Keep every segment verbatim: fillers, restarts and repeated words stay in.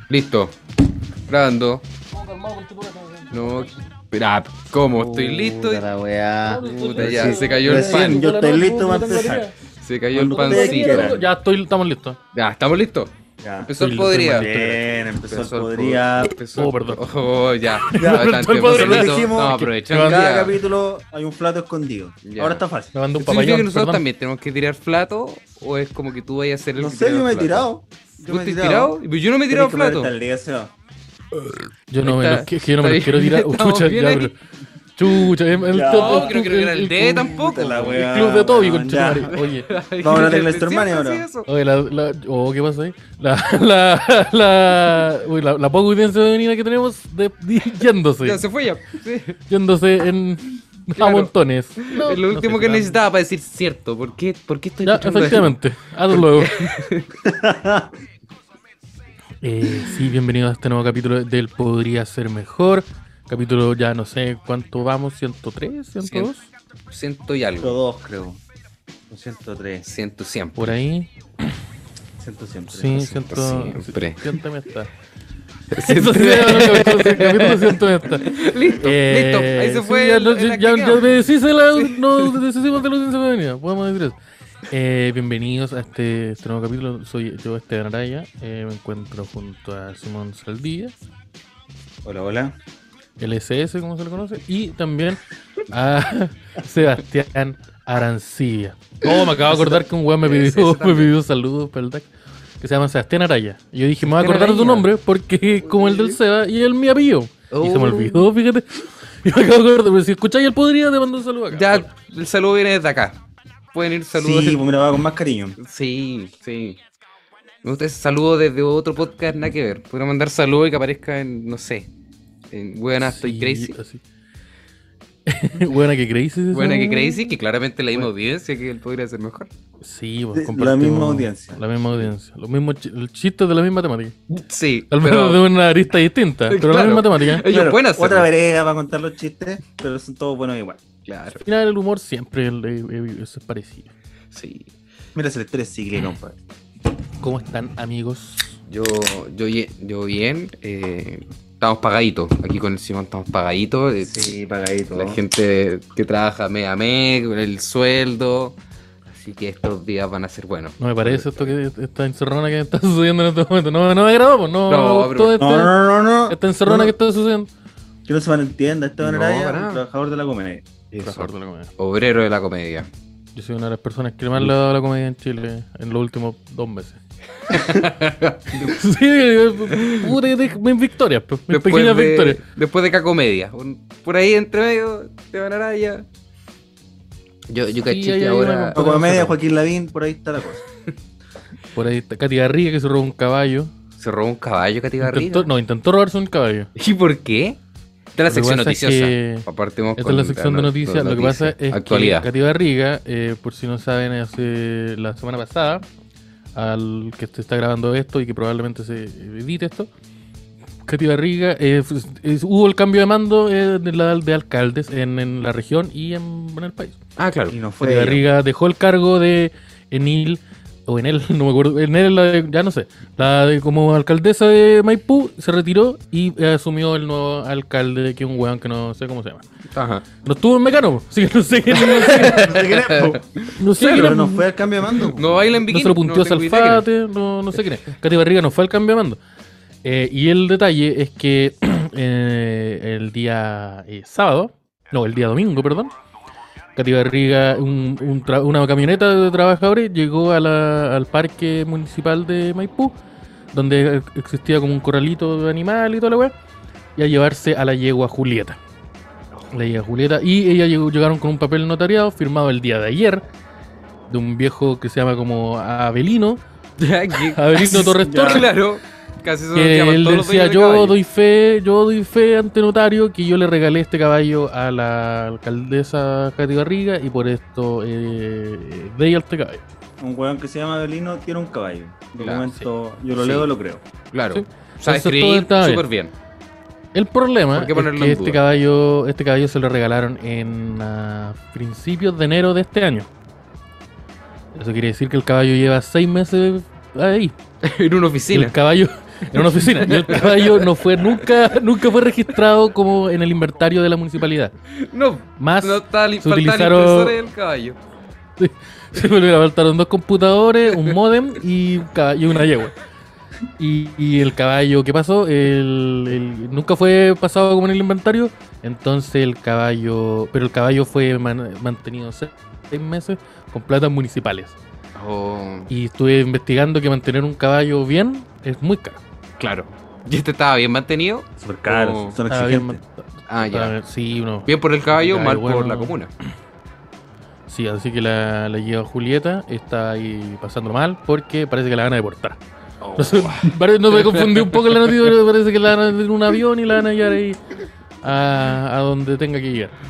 Listo. Grabando. No, espera, ¿cómo? Estoy listo. Puta la weá. Puta, ya, se cayó el Recién, pan. yo estoy listo para empezar. Se cayó el Cuando ustedes pancito. quieran. Ya estoy, estamos listos. Ya, ¿estamos listos? Ya. Empezó el Estoy- podría. estoy mal. Bien, empezó el Empezó el podría. Empezó- Oh, perdón. Oh, ya. Ya, Bastante el podría. bonito. Nosotros dijimos No, que aprovechando En cada ya. capítulo hay un plato escondido. Ya. Ahora está fácil. Me mandó un ¿Esto significa que papayón, nosotros perdón. también tenemos que tirar plato? ¿O es como que tú vayas a hacer el No que sé, tira yo me he plato? tirado. Yo ¿Tú me he te has tirado? Pues yo no me he tirado Tenés que plato. ponerte al día, Seba. Yo no me Está- los, que, que yo no me está los quiero bien, tirar. Uh, estamos chucha, bien ya, ahí. pero. Chucha, el, el, Ya. top- No, el- creo que no era el D el- tampoco. Puta la El weá, club de Toby, weón, conchetumare. ya. Oye, Ay, Vamos a hablar de siempre Clestermania hacía ahora. eso. oye, la, la, oh, ¿qué pasa ahí? La, la, la, uy, la, la poca audiencia femenina que tenemos de, de- yéndose. Ya se fue ya. Sí. Yéndose en Claro. a montones. No, es lo no último sé, que ya. necesitaba para decir cierto. ¿Por qué, ¿Por qué estoy Ya, escuchando efectivamente. Hazlo luego. eh, sí, bienvenidos a este nuevo capítulo del Podría Ser Mejor. Capítulo ya no sé cuánto vamos, ciento tres, ciento dos, esto? Ciento y algo. ciento dos, creo. O ciento tres. Ciento siempre. por ahí. ciento siempre. Sí, ciento ciento... siempre. ciento me está. Eso sí, capítulo, capítulo ciento me está. Listo, Eh, listo. Ahí se sí, fue. ya, el- no, en la ya, que ya quedamos. me decís la, no deshicimos de la audiencia femenina, podemos decir eso. Eh, bienvenidos a este, este nuevo capítulo. Soy yo, Esteban Araya. Eh, me encuentro junto a Simón Saldivia, Hola, hola. el S S, como se le conoce, y también a Sebastián Arancibia. Oh, me acabo de acordar que un weón me Ese- ese pidió, me también. pidió saludos para el D A C, que se llama Sebastián Araya. Y yo dije, me voy a Sebastián acordar de tu Araya. nombre porque es como el del Seba y el mi apellido. Y se me Oh. olvidó, fíjate. Y me acabo de acordar, pero si escucháis el podría, te mando un saludo acá. Ya, el saludo viene desde acá. Pueden ir saludos. Sí, pues mira, va con más cariño. Sí, sí. Me gusta ese saludo desde otro podcast, nada que ver. Podría mandar saludos y que aparezca en, no sé, en Buena Estoy Sí, Crazy. así. Buena que crazy. Buena que ¿no? Crazy, que claramente la misma Bueno. audiencia que él podría ser mejor. Sí, pues, De- la compartimos misma audiencia. La misma audiencia. Los mismos chi- el chiste de la misma temática. Sí, Al menos de una arista distinta, pero la Claro. misma temática. Ellos Claro, pueden hacerlo. otra vereda para contar los chistes, pero son todos buenos igual. Claro, Al final el humor siempre el- el- el- es parecido. sí. Mira, es el estrés cíclico, compadre. ¿Cómo están, amigos? Yo, yo, ye- yo bien, eh, estamos pagaditos. Aquí con el Simón estamos pagaditos. eh, Sí, pagadito. La gente que trabaja mes a mes, con el sueldo. Así que estos días van a ser buenos. No me parece esto que esta encerrona que está sucediendo en este momento. No, no me agradó, pues no. No, me gustó pero- este- No, no, no, no. esta encerrona No, que está sucediendo. Que no se malentienda, Esteban No, Araya, para nada. un trabajador de la comedia. Eso. Trabajador de la comedia. Obrero de la comedia. Yo soy una de las personas que más le ha dado a la comedia en Chile en los últimos dos meses. Sí, puta, mis victorias, pues, mis Después pequeñas de, victorias. después de Cacomedia. Un- por ahí entre medio, Esteban Araya. Yo, yo caché ahí que hay ahora. una- La comedia, Joaquín Lavín, por ahí está la cosa. Por ahí está Katy Garriga que se robó un caballo. Se robó un caballo, Katy Garriga. Intentó, no, intentó robarse un caballo. ¿Y por qué? Esta es la Lo que sección pasa es noticiosa. que Apartemos Esta con es la sección de no- noticias. no- Lo que pasa noticias. es Actualidad. que Katy Barriga, eh, por si no saben, hace la semana pasada, al que se está grabando esto y que probablemente se edite esto, Katy Barriga, eh, pues, es- hubo el cambio de mando eh, de, la, de alcaldes en, en la región y en, en el país. Ah, claro. Y no fue. Katy ella. Barriga dejó el cargo de Enil, o en él, no me acuerdo, en él, la de- ya no sé, la de como alcaldesa de Maipú, se retiró y eh, asumió el nuevo alcalde, que es un weón que no sé cómo se llama. Ajá. No estuvo en Mecano, po, así que no sé quién no sé, No sé quién es, po. no sé Claro, quién pero es. no fue al cambio de mando. No baila en No bikini. se lo puntió tengo idea quién es. Salfate, no, no sé quién es. Katy Barriga no fue al cambio de mando. Eh, y el detalle es que eh, el día eh, sábado, no, el día domingo, perdón, Katy Barriga, un- un tra- una camioneta de trabajadores llegó a la- al parque municipal de Maipú, donde existía como un corralito de animal y toda la weá, y a llevarse a la yegua Julieta. La yegua Julieta, y ella llegó- llegaron con un papel notariado firmado el día de ayer, de un viejo que se llama como Abelino, Ya, que- Abelino Torres Ya. Torres, Claro. Casi eso nos que llaman él todos los decía, dueños de yo caballo". doy fe, yo doy fe ante notario que yo le regalé este caballo a la alcaldesa Katy Barriga y por esto eh, de ella este caballo. Un weón que se llama Belino tiene un caballo. Claro, Documento, yo lo Sí. leo, lo creo. Claro. Sí. O sea, Entonces, todo escribir está súper bien. El problema ¿Por qué es ponerlo que en este duda? caballo, este caballo se lo regalaron en ah, principios de enero de este año. Eso quiere decir que el caballo lleva seis meses ahí. En una Y oficina. el caballo, en una oficina. Y el caballo no fue nunca, nunca fue registrado como en el inventario de la municipalidad. No, Más no está li- se falta el utilizaron- impresor y el caballo. se me faltaron dos computadores, un módem y, un caba- y una yegua. Y, y el caballo, ¿qué pasó? El, el- nunca fue pasado como en el inventario. Entonces el caballo, pero el caballo fue man- mantenido seis, seis meses con platas municipales. Oh, Y estuve investigando que mantener un caballo bien es muy caro. claro. ¿Y este estaba bien mantenido? Súper caro, Oh. son Estaba bien exigentes. man- Ah, ya. estaba- sí, uno. Bien por el caballo, El mal caballo, por bueno. la comuna. Sí, así que la, la lleva Julieta, está ahí pasando mal porque parece que la van a deportar. Oh. No sé, pare- no me confundí un poco en la noticia, pero parece que la van a meter en un avión y la van a llevar ahí a, a donde tenga que llegar.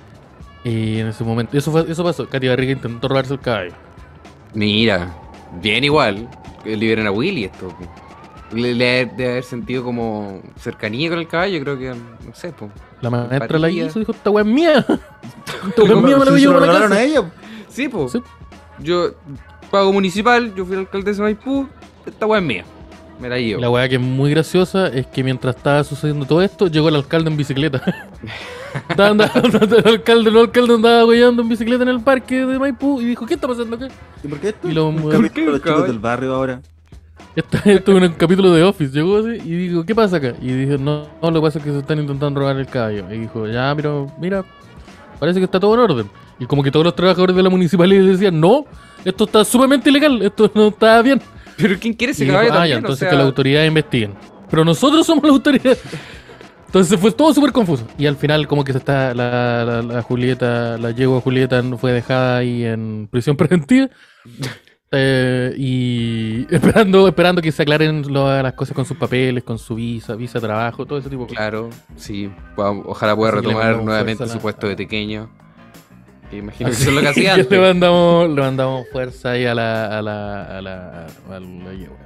Y en ese momento, eso fue, eso pasó. Katy Barriga intentó robarse el caballo. Mira, bien igual. Que liberen a Willy esto. po. Le, le debe haber sentido como cercanía con el caballo, creo que, no sé, pues. La maestra la Empatía. hizo y dijo, esta weá es mía. Esta weá es ¿Cómo? mía, me la Si voy a se llevar lo para regalaron casa. a ella. Sí, pues. Sí. Yo pago municipal, yo fui alcaldesa de Maipú, esta weá es mía. Me la llevo. La weá que es muy graciosa es que mientras estaba sucediendo todo esto, llegó el alcalde en bicicleta. Estaba andando, el alcalde, el alcalde andaba weyando en bicicleta en el parque de Maipú y dijo, ¿qué está pasando acá? ¿Y por qué esto? Y lo- Un ¿por capítulo qué, de los chicos cabrón? del barrio ahora. Esto, esto es un capítulo de Office, llegó así y dijo, ¿qué pasa acá? Y dijo, no, no, lo que pasa es que se están intentando robar el caballo. Y dijo, ya, pero mira, parece que está todo en orden. Y como que todos los trabajadores de la municipalidad decían, no, esto está sumamente ilegal, esto no está bien. Pero ¿quién quiere Y ese dijo, caballo ah, ya, también? entonces o sea, que las autoridades investiguen. Pero nosotros somos la autoridad. Entonces fue todo súper confuso. Y al final como que se está la, la, la Julieta, la yegua Julieta no fue dejada ahí en prisión preventiva. Eh, y esperando esperando que se aclaren lo- las cosas con sus papeles, con su visa, visa de trabajo, todo ese tipo de cosas. Claro, sí. Pueda- Ojalá pueda Así que le retomar mandamos nuevamente fuerza a su la- puesto de pequeño. Que imagino que Así eso es lo que hacía que antes. le mandamos, le mandamos fuerza ahí a la, a la, a la, a la yegua.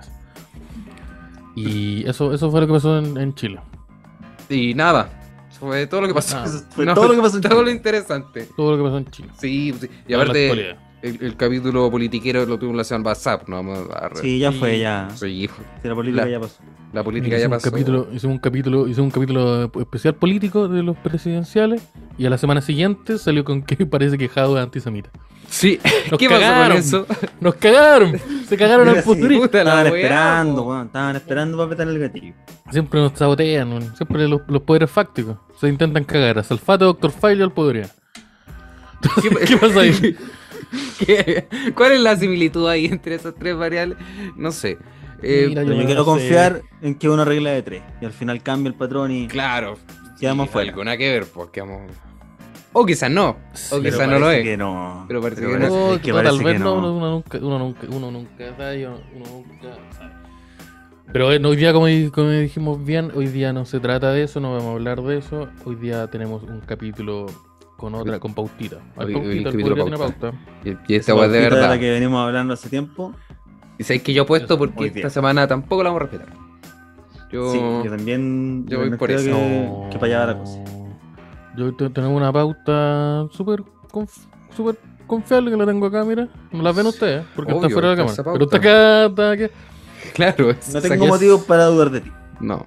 Y eso, eso fue lo que pasó en, en Chile. Y nada. Eso fue todo lo que pasó. Nada. Eso fue todo lo que pasó en Todo lo Chile. interesante. Todo lo que pasó en Chile. Sí, sí. Y En la aparte, actualidad. el, el capítulo politiquero lo tuvimos la semana pasada. No vamos a re- Sí, ya fue, ya. Sí, Si la política La- ya pasó. la política ya Hicimos pasó. un capítulo, hicimos un capítulo, hicimos un capítulo especial político de los presidenciales y a la semana siguiente salió con que parece que Jado es antisemita. Sí, Nos ¿qué pasó cagaron. con eso? ¡Nos cagaron! Se cagaron Mira, al sí. futuro. Puta la Estaban weá, esperando, po. weón. Estaban esperando para apretar el gatillo. Siempre nos sabotean, weón. Siempre los, los poderes fácticos se intentan cagar. A Salfato, Doctor File al podría. ¿Qué, ¿Qué pasa ahí? ¿Qué- ¿Cuál es la similitud ahí entre esas tres variables? No sé. Eh, Mira, Pero yo no quiero sé. confiar en que es una regla de tres. Y al final cambia el patrón y claro. quedamos Sí, fuera. algo nada que ver, pues quedamos. O quizás no. Sí, o Pero quizás no lo parece es. que no. Pero parece que parece- no. es que No, parece tal vez que no, no. uno nunca, uno nunca, uno nunca sabe, uno, uno nunca sabe. Pero eh, hoy día, como, di- como dijimos bien, hoy día no se trata de eso, no vamos a hablar de eso. Hoy día tenemos un capítulo con otra, con Pautita. Al Hoy- hoy Pautita, el el capítulo podría tiene pauta. pauta. Y, y esta Esa weá es de pautita verdad. la que venimos hablando hace tiempo. Y sabéis que yo apuesto porque Hoy esta día. semana tampoco la vamos a respetar. Yo. Sí, yo también. yo voy también por creo eso. Que, que para allá va la cosa. Yo te- tenemos una pauta súper conf- súper confiable que la tengo acá, mira. No la ven ustedes, porque está Obvio, fuera de la esa cámara. Pero pauta. está acá, está acá. Claro, No esa tengo que es- motivos para dudar de ti. No.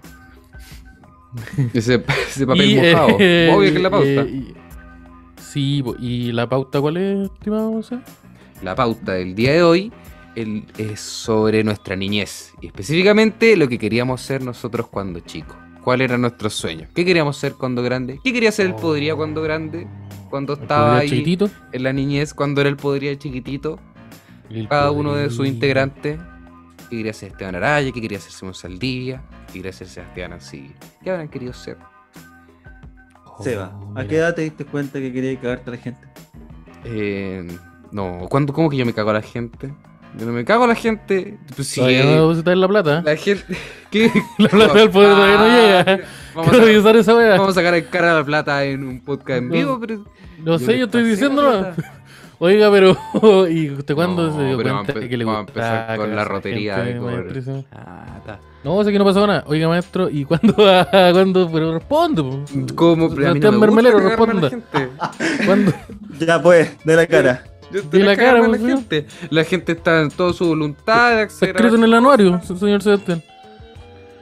Ese, ese papel Y, mojado. eh, Obvio que es la pauta. eh, y- sí, po, ¿y la pauta cuál es, estimado José? La pauta del día de hoy el- es sobre nuestra niñez. Y específicamente lo que queríamos ser nosotros cuando chicos. ¿Cuál era nuestro sueño? ¿Qué queríamos ser cuando grande? ¿Qué quería ser el Podría cuando grande? Cuando estaba ¿El ahí chiquitito? en la niñez, cuando era el Podría chiquitito. El Cada uno de Podría. sus integrantes. ¿Qué quería ser Esteban Araya? ¿Qué quería ser Simón Saldivia? ¿Qué quería ser Sebastián así? ¿Qué habrán querido ser? Oh, Seba, ¿a mira. qué edad te diste cuenta que querías cagarte a la gente? Eh, no, ¿cuándo, ¿cómo que yo me cago a la gente? Yo no me cago a la gente. Pues sí, Todavía no eh, depositas la plata. la gente. ¿Qué? La plata del poder todavía no llega. Vamos Quiero a, revisar esa wea. vamos a sacar en cara la plata en un podcast en No. vivo, pero. No sé, le yo estoy pasé la diciéndolo. plata. Oiga, pero. ¿Y usted cuándo No, se dio pero vamos a cuenta empe- que le vamos a gustaba empezar con la cagarse a rotería gente, de cobrar. maestrísimo? Ah, está. No, sé que no pasó nada. Oiga, maestro, ¿y cuándo? ¿Cuándo? Pero responde, po. ¿Cómo? Pero a mí no Sebastián me gusta Mermelero, cagarme a la responda. gente. ¿Cuándo? Ya pues, de la cara. Yo Di estoy la cagarme cara, a la pues, señor. gente. La gente está en toda su voluntad de Está acceder a escrito en las el anuario, cosas. señor Sebastián.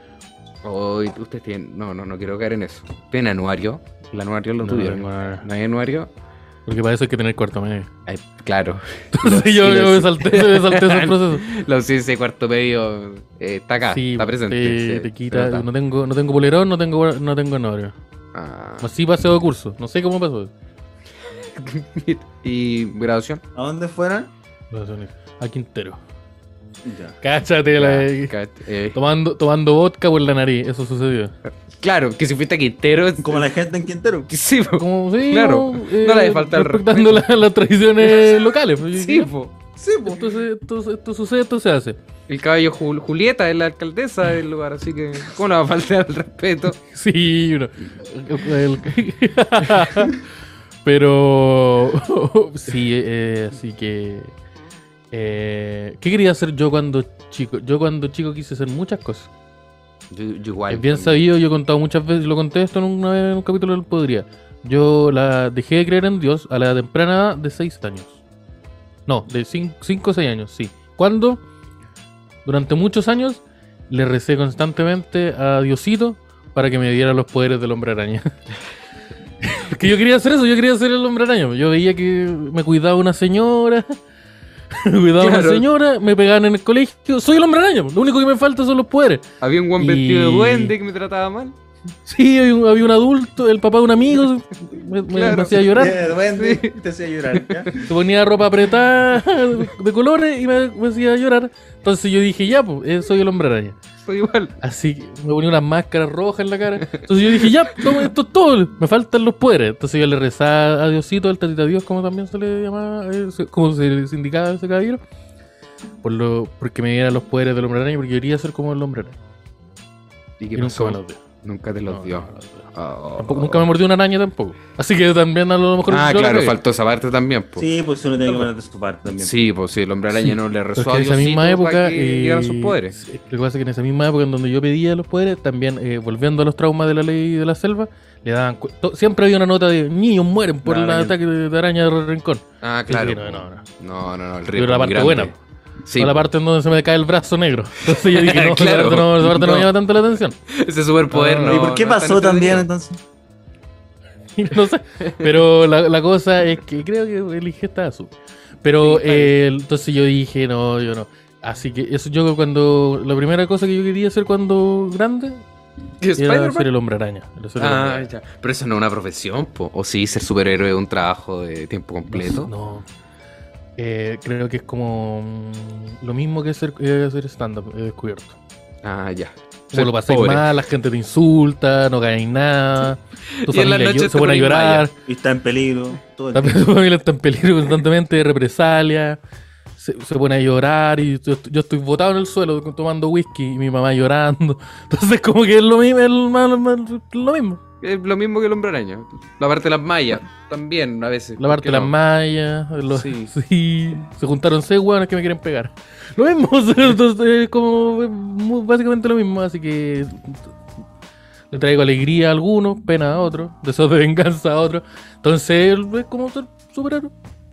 Hoy ustedes tienen. No, no, no quiero caer en eso. ¿Tienen anuario? El anuario es lo No, tuyo. tengo nada. ¿No hay anuario? Porque para eso hay que tener cuarto medio. Ay, claro. Entonces yo, yo me salté, me salté ese proceso. La ausencia de cuarto medio eh, está acá, Sí, está presente. te, se- te se quita. nota. No tengo, no tengo polerón, no tengo, no tengo anuario. Ah. Así paseo de curso. No sé cómo pasó. ¿Y graduación? ¿A dónde fueran? A Quintero. Ya. Cáchate, la, Cat- eh, tomando, tomando vodka por la nariz. Eso sucedió. Claro, que si fuiste a Quintero. es- Como la gente en Quintero. Sí, po. Como, sí, Claro, no le falta el respetando la- las tradiciones locales. pues, Sí, ya. po. Sí, pues. Esto, se- esto, esto sucede, esto se hace. El caballo Jul- Julieta es la alcaldesa del lugar, así que ¿cómo le va a faltar el respeto? Sí, uno. el- Pero sí, eh, así que eh, ¿qué quería hacer yo cuando chico? Yo cuando chico quise hacer muchas cosas. Yo, yo igual. Es bien también. sabido, yo he contado muchas veces, lo conté esto en una vez en un capítulo del Podría. Yo la dejé de creer en Dios a la temprana edad de seis años. No, de cinco o seis años, sí. Cuando durante muchos años le recé constantemente a Diosito para que me diera los poderes del hombre araña. Porque yo quería hacer eso, yo quería ser el hombre araña. Yo veía que me cuidaba una señora, me cuidaba Claro. una señora, me pegaban en el colegio. Soy el hombre araña, lo único que me falta son los poderes. Había un buen Y- vestido de duende que me trataba mal. Sí, había un, había un adulto, el papá de un amigo, me, me- Claro. me hacía llorar. Eh, duende, te hacía llorar. ¿ya? Se ponía ropa apretada de colores y me, me hacía llorar. Entonces yo dije, ya, pues, eh, soy el hombre araña. Soy igual. Así que me ponía unas máscaras rojas en la cara. Entonces yo dije, ya, toma esto es todo, me faltan los poderes. Entonces yo le rezaba a Diosito, al tatita Dios, como también se le llamaba, eh, se- como se le indicaba a ese caballero, por lo, porque me diera los poderes del hombre araña, porque yo quería ser como el hombre araña. ¿Y Y qué nunca pasó? me los dio. Nunca te los No, dio. no me los dio. Oh. Tampoco- nunca me mordió una araña tampoco. Así que también a lo mejor. Ah, yo la claro, cagué. faltó esa parte también. Po. Sí, pues uno tiene que poner de su parte también. Sí, pues sí, el hombre araña Sí, no le Pero es rezó que a en esa Diosito misma época. para que eh, llegaran sus poderes. sí, Lo que pasa es que en esa misma época en donde yo pedía los poderes, también eh, volviendo a los traumas de la ley de la selva, le daban. cu- to- Siempre había una nota de niños mueren por La el araña. ataque de, de araña de rincón. Ah, Sí, claro. sí, no, po. no, no. no, no, no, el Pero riesgo la es muy parte grande. buena. Sí, o la po. parte en donde se me cae el brazo negro. Entonces yo dije, no, Claro. esa parte no, esa parte no No. me llama tanto la atención. Ese superpoder Ah. no. ¿Y por qué no es tan pasó también entretenido. entonces? No sé. Pero la, la cosa es que creo que elige esta azul. Pero Sí, está eh, entonces yo dije, no, yo no. Así que eso yo cuando. La primera cosa que yo quería hacer cuando grande ¿Qué, era ser Spider-Man? el hombre araña. Era ser el hombre Ah, araña. ya. Pero eso no es una profesión, po. O sí, ser superhéroe es un trabajo de tiempo completo. No. Eh, creo que es como mm, lo mismo que ser, eh, hacer stand-up, he descubierto. Ah, ya. Como Ser lo pasáis pobre. mal, la gente te insulta, no ganáis nada, tu Y en las familia noches llo- te se pone a pones llorar, Y está en peligro. Todo el la tiempo. tu familia está en peligro constantemente de represalia, se, se pone a llorar y yo, yo estoy botado en el suelo tomando whisky y mi mamá llorando. Entonces como que es lo mismo, es lo, más- más- lo mismo. Es lo mismo que el hombre araña. La parte de las mallas, también a veces. La ¿por parte qué de las no? mallas, los- Sí. sí, se juntaron seis hueones que me quieren pegar. Lo mismo, entonces es como es muy- básicamente lo mismo, así que le traigo alegría a algunos, pena a otros, deseos de venganza a otros. Entonces es como ser superhéroe.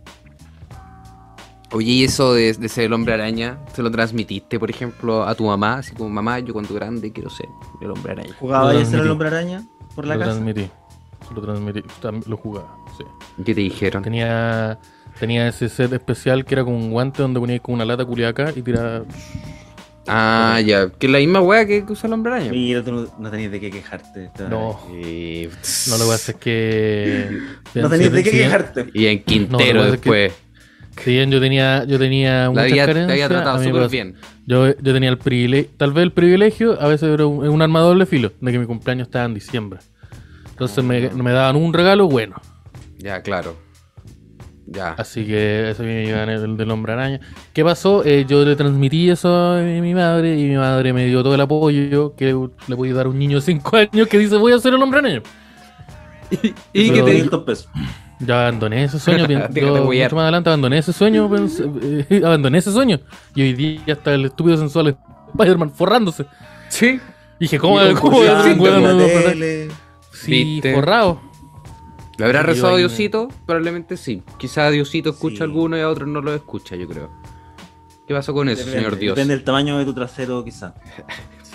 Oye, y eso de, de ser el hombre araña, ¿se lo transmitiste, por ejemplo, a tu mamá? Así como, mamá, yo cuando grande quiero ser el hombre araña. ¿Jugaba Lo a ser el transmití. hombre araña por la lo casa? transmití, lo transmití, tam- lo jugaba, sí. ¿Qué te dijeron? Tenía, tenía ese set especial que era como un guante donde ponías como una lata culiada acá y tiraba. Ah, ya. Que es la misma wea que, que usa el hombre araña. Mira, tú no, no tenías de qué quejarte. te van a No, Y, no lo que pasa es que. ver. No tenías de qué Sí, quejarte. y en No, Quintero lo que pasa es que después. Si bien yo tenía, yo tenía La muchas había, te carencias, había a tratado mí me súper pasó- bien. Yo, yo tenía el privilegio, tal vez el privilegio, a veces era un, un arma de doble filo, de que mi cumpleaños estaba en diciembre. Entonces me, me daban un regalo bueno. Ya, claro. Ya. Así que eso me iba en el del hombre araña. ¿Qué pasó? Eh, yo le transmití eso a mi madre y mi madre me dio todo el apoyo que le podía dar a un niño de cinco años que dice voy a ser el hombre araña. ¿Y Pero- qué te dijo? quinientos pesos. Yo abandoné ese sueño, pi- Déjate yo huear. mucho más adelante abandoné ese sueño, pensé- eh, abandoné ese sueño. Y hoy día está el estúpido sensual de Spider-Man forrándose. Sí. Dije, ¿cómo, Y ¿cómo voy a ser un concursando weón en la de- de- tele. Sí, ¿Viste? forrado. ¿Le habrá Yo rezado a ahí- Diosito? Probablemente sí. Quizá a Diosito escucha Sí. a alguno y a otros no lo escucha, yo creo. ¿Qué pasó con eso, Depende, señor Dios? Depende del tamaño de tu trasero, quizá.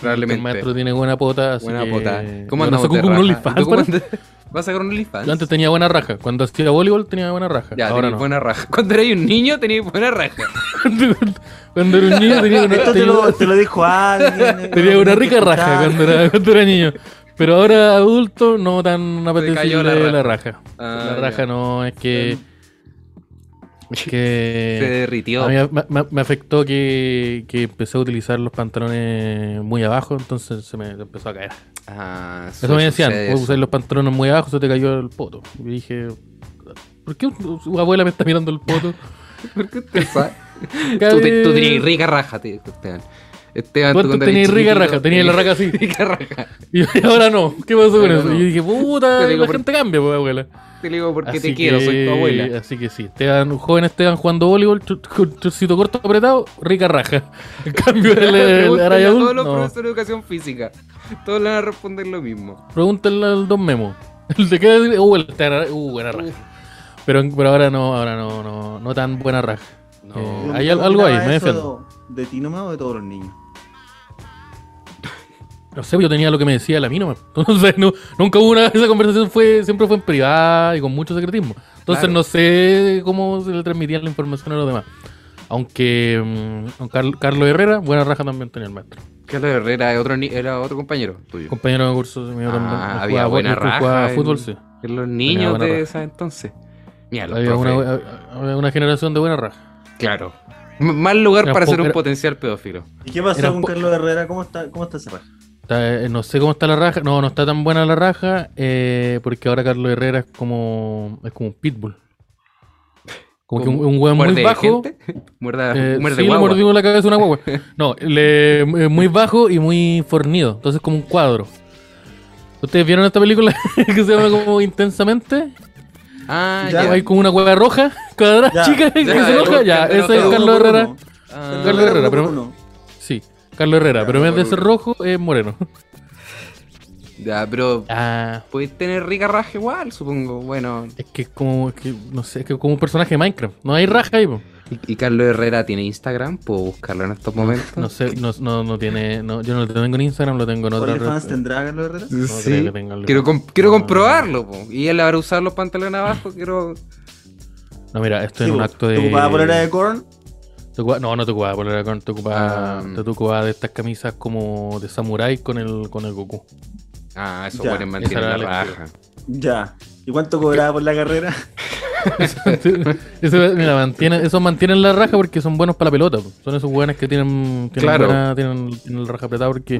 Probablemente. El maestro tiene buena pota, así Buena que... pota. ¿Cómo yo no andamos sé de con un raja? OnlyFans, ¿Tú cómo pero- andas? ¿Vas a sacar un OnlyFans? Yo antes tenía buena raja. Cuando hacía voleibol tenía buena raja. Ya, Ahora tenías no. buena raja. Cuando eras un niño tenías buena raja. Cuando era un niño tenía una, Esto te tenía, lo, te lo dijo alguien. tenía una no rica te raja escuchaba. cuando era, cuando era niño. Pero ahora adulto no tan apetecible cayó la la raja. raja. Ah, la raja ya. no, es que... Es Se que... derritió. A mí me, me- me afectó que, que empecé a utilizar los pantalones muy abajo, entonces se me empezó a caer. Ah, Eso me decían, sucede vos eso. usar los pantalones muy abajo, se te cayó el poto. Y dije, ¿por qué su abuela me está mirando el poto? ¿Por qué usted sabe? Cada Tú, te- tú vez- tenías rica raja, te dijo Esteban. Esteban, Tú antes cuando tenías eras rica chiquitito, raja, tenías la raja así. Rica raja. Y ahora no, ¿qué pasó con Ahora eso? no. Y yo dije, puta, Te digo la por- gente cambia, pues, abuela. Te digo porque Así te quiero, soy tu que- abuela. Así que sí, Esteban, un joven Esteban jugando voleibol, ch- con chorcito corto apretado, rica raja. En cambio, el, el, el Pregúntale Araya a Adult, todos los no. profesores de educación física. Todos le van a responder lo mismo. Pregúntenle al Don Memo. El de qué, uh, el Esteban, uh, buena raja. Pero, pero ahora no, ahora no, no, no tan buena raja. No. Eh, Yo hay me al- algo ahí, preguntaba me eso defiendo. ¿De ti nomás o de todos los niños? No sé, yo tenía lo que me decía la mínima. Entonces, no, nunca hubo una. Esa conversación fue siempre fue en privada y con mucho secretismo. Entonces, Claro. no sé cómo se le transmitían la información a los demás. Aunque mm, Carl- Carlos Herrera, buena raja también tenía el maestro. Carlos Herrera era otro, ni- era otro compañero tuyo. Compañero de curso mío también. Ah, Él había jugaba- buena él jugaba raja. en- fútbol, sí. En los niños buena de raja. esa entonces. Mira, los Había profes. una, había una generación de buena raja. Claro. M- Mal lugar Era para po- ser un era- potencial pedófilo. ¿Y qué pasó Era con po- Carlos Herrera? ¿Cómo está, cómo está esa raja? Está- eh, no sé cómo está la raja. No, no está tan buena la raja. eh, porque ahora Carlos Herrera es como. Es como un pitbull. Como que un, un weón ¿Muerde muy bajo. gente? Muerda, Eh, muerde sí, le guagua. mordimos la cabeza a una guagua. No, le, eh, muy bajo y muy fornido. Entonces, como un cuadro. ¿Ustedes vieron esta película que se llama como Intensamente? Ah, Ya. ya. Hay como una hueá roja, cuadrada, Ya, chica, que ya, se ya, enoja. ya, Ya, ya, ese ya, es ya, Carlos Uno por Herrera. uno. Ah, Carlos Herrera, uno por pero- uno. Sí, Carlos Herrera. Ya, Pero en vez uno de por ser uno. rojo, es moreno. Ya, pero Ah, puedes tener rica raja igual, supongo. Bueno. es que es como, es que, no sé, es que como un personaje de Minecraft. No hay raja ahí, po. ¿Y, y Carlos Herrera tiene Instagram? ¿Puedo buscarlo en estos momentos? No sé, no, no, no tiene. No, yo no lo tengo en Instagram, lo tengo en otra ¿OnlyFans red. tendrá Carlos Herrera? No Sí. creo que tenga el- Quiero, com- quiero No, comprobarlo, po. Y él habrá usado los pantalones abajo. Quiero. No, mira, esto Sí, es un po. acto de. ¿Te ocupaba polera de Korn? Te ocupa- No, no te ocupaba polera con, te ocupaba, Ah. te ocupaba de estas camisas como de samurái con el, con el Goku. Ah, esos Ya, buenos mantienen esa la era la raja. Ya. ¿Y cuánto cobraba por la carrera? Eso, mira, mantiene, esos mantienen la raja porque son buenos para la pelota. Po. Son esos buenos que tienen, tienen, Claro. buena- tienen, tienen la raja apretada porque.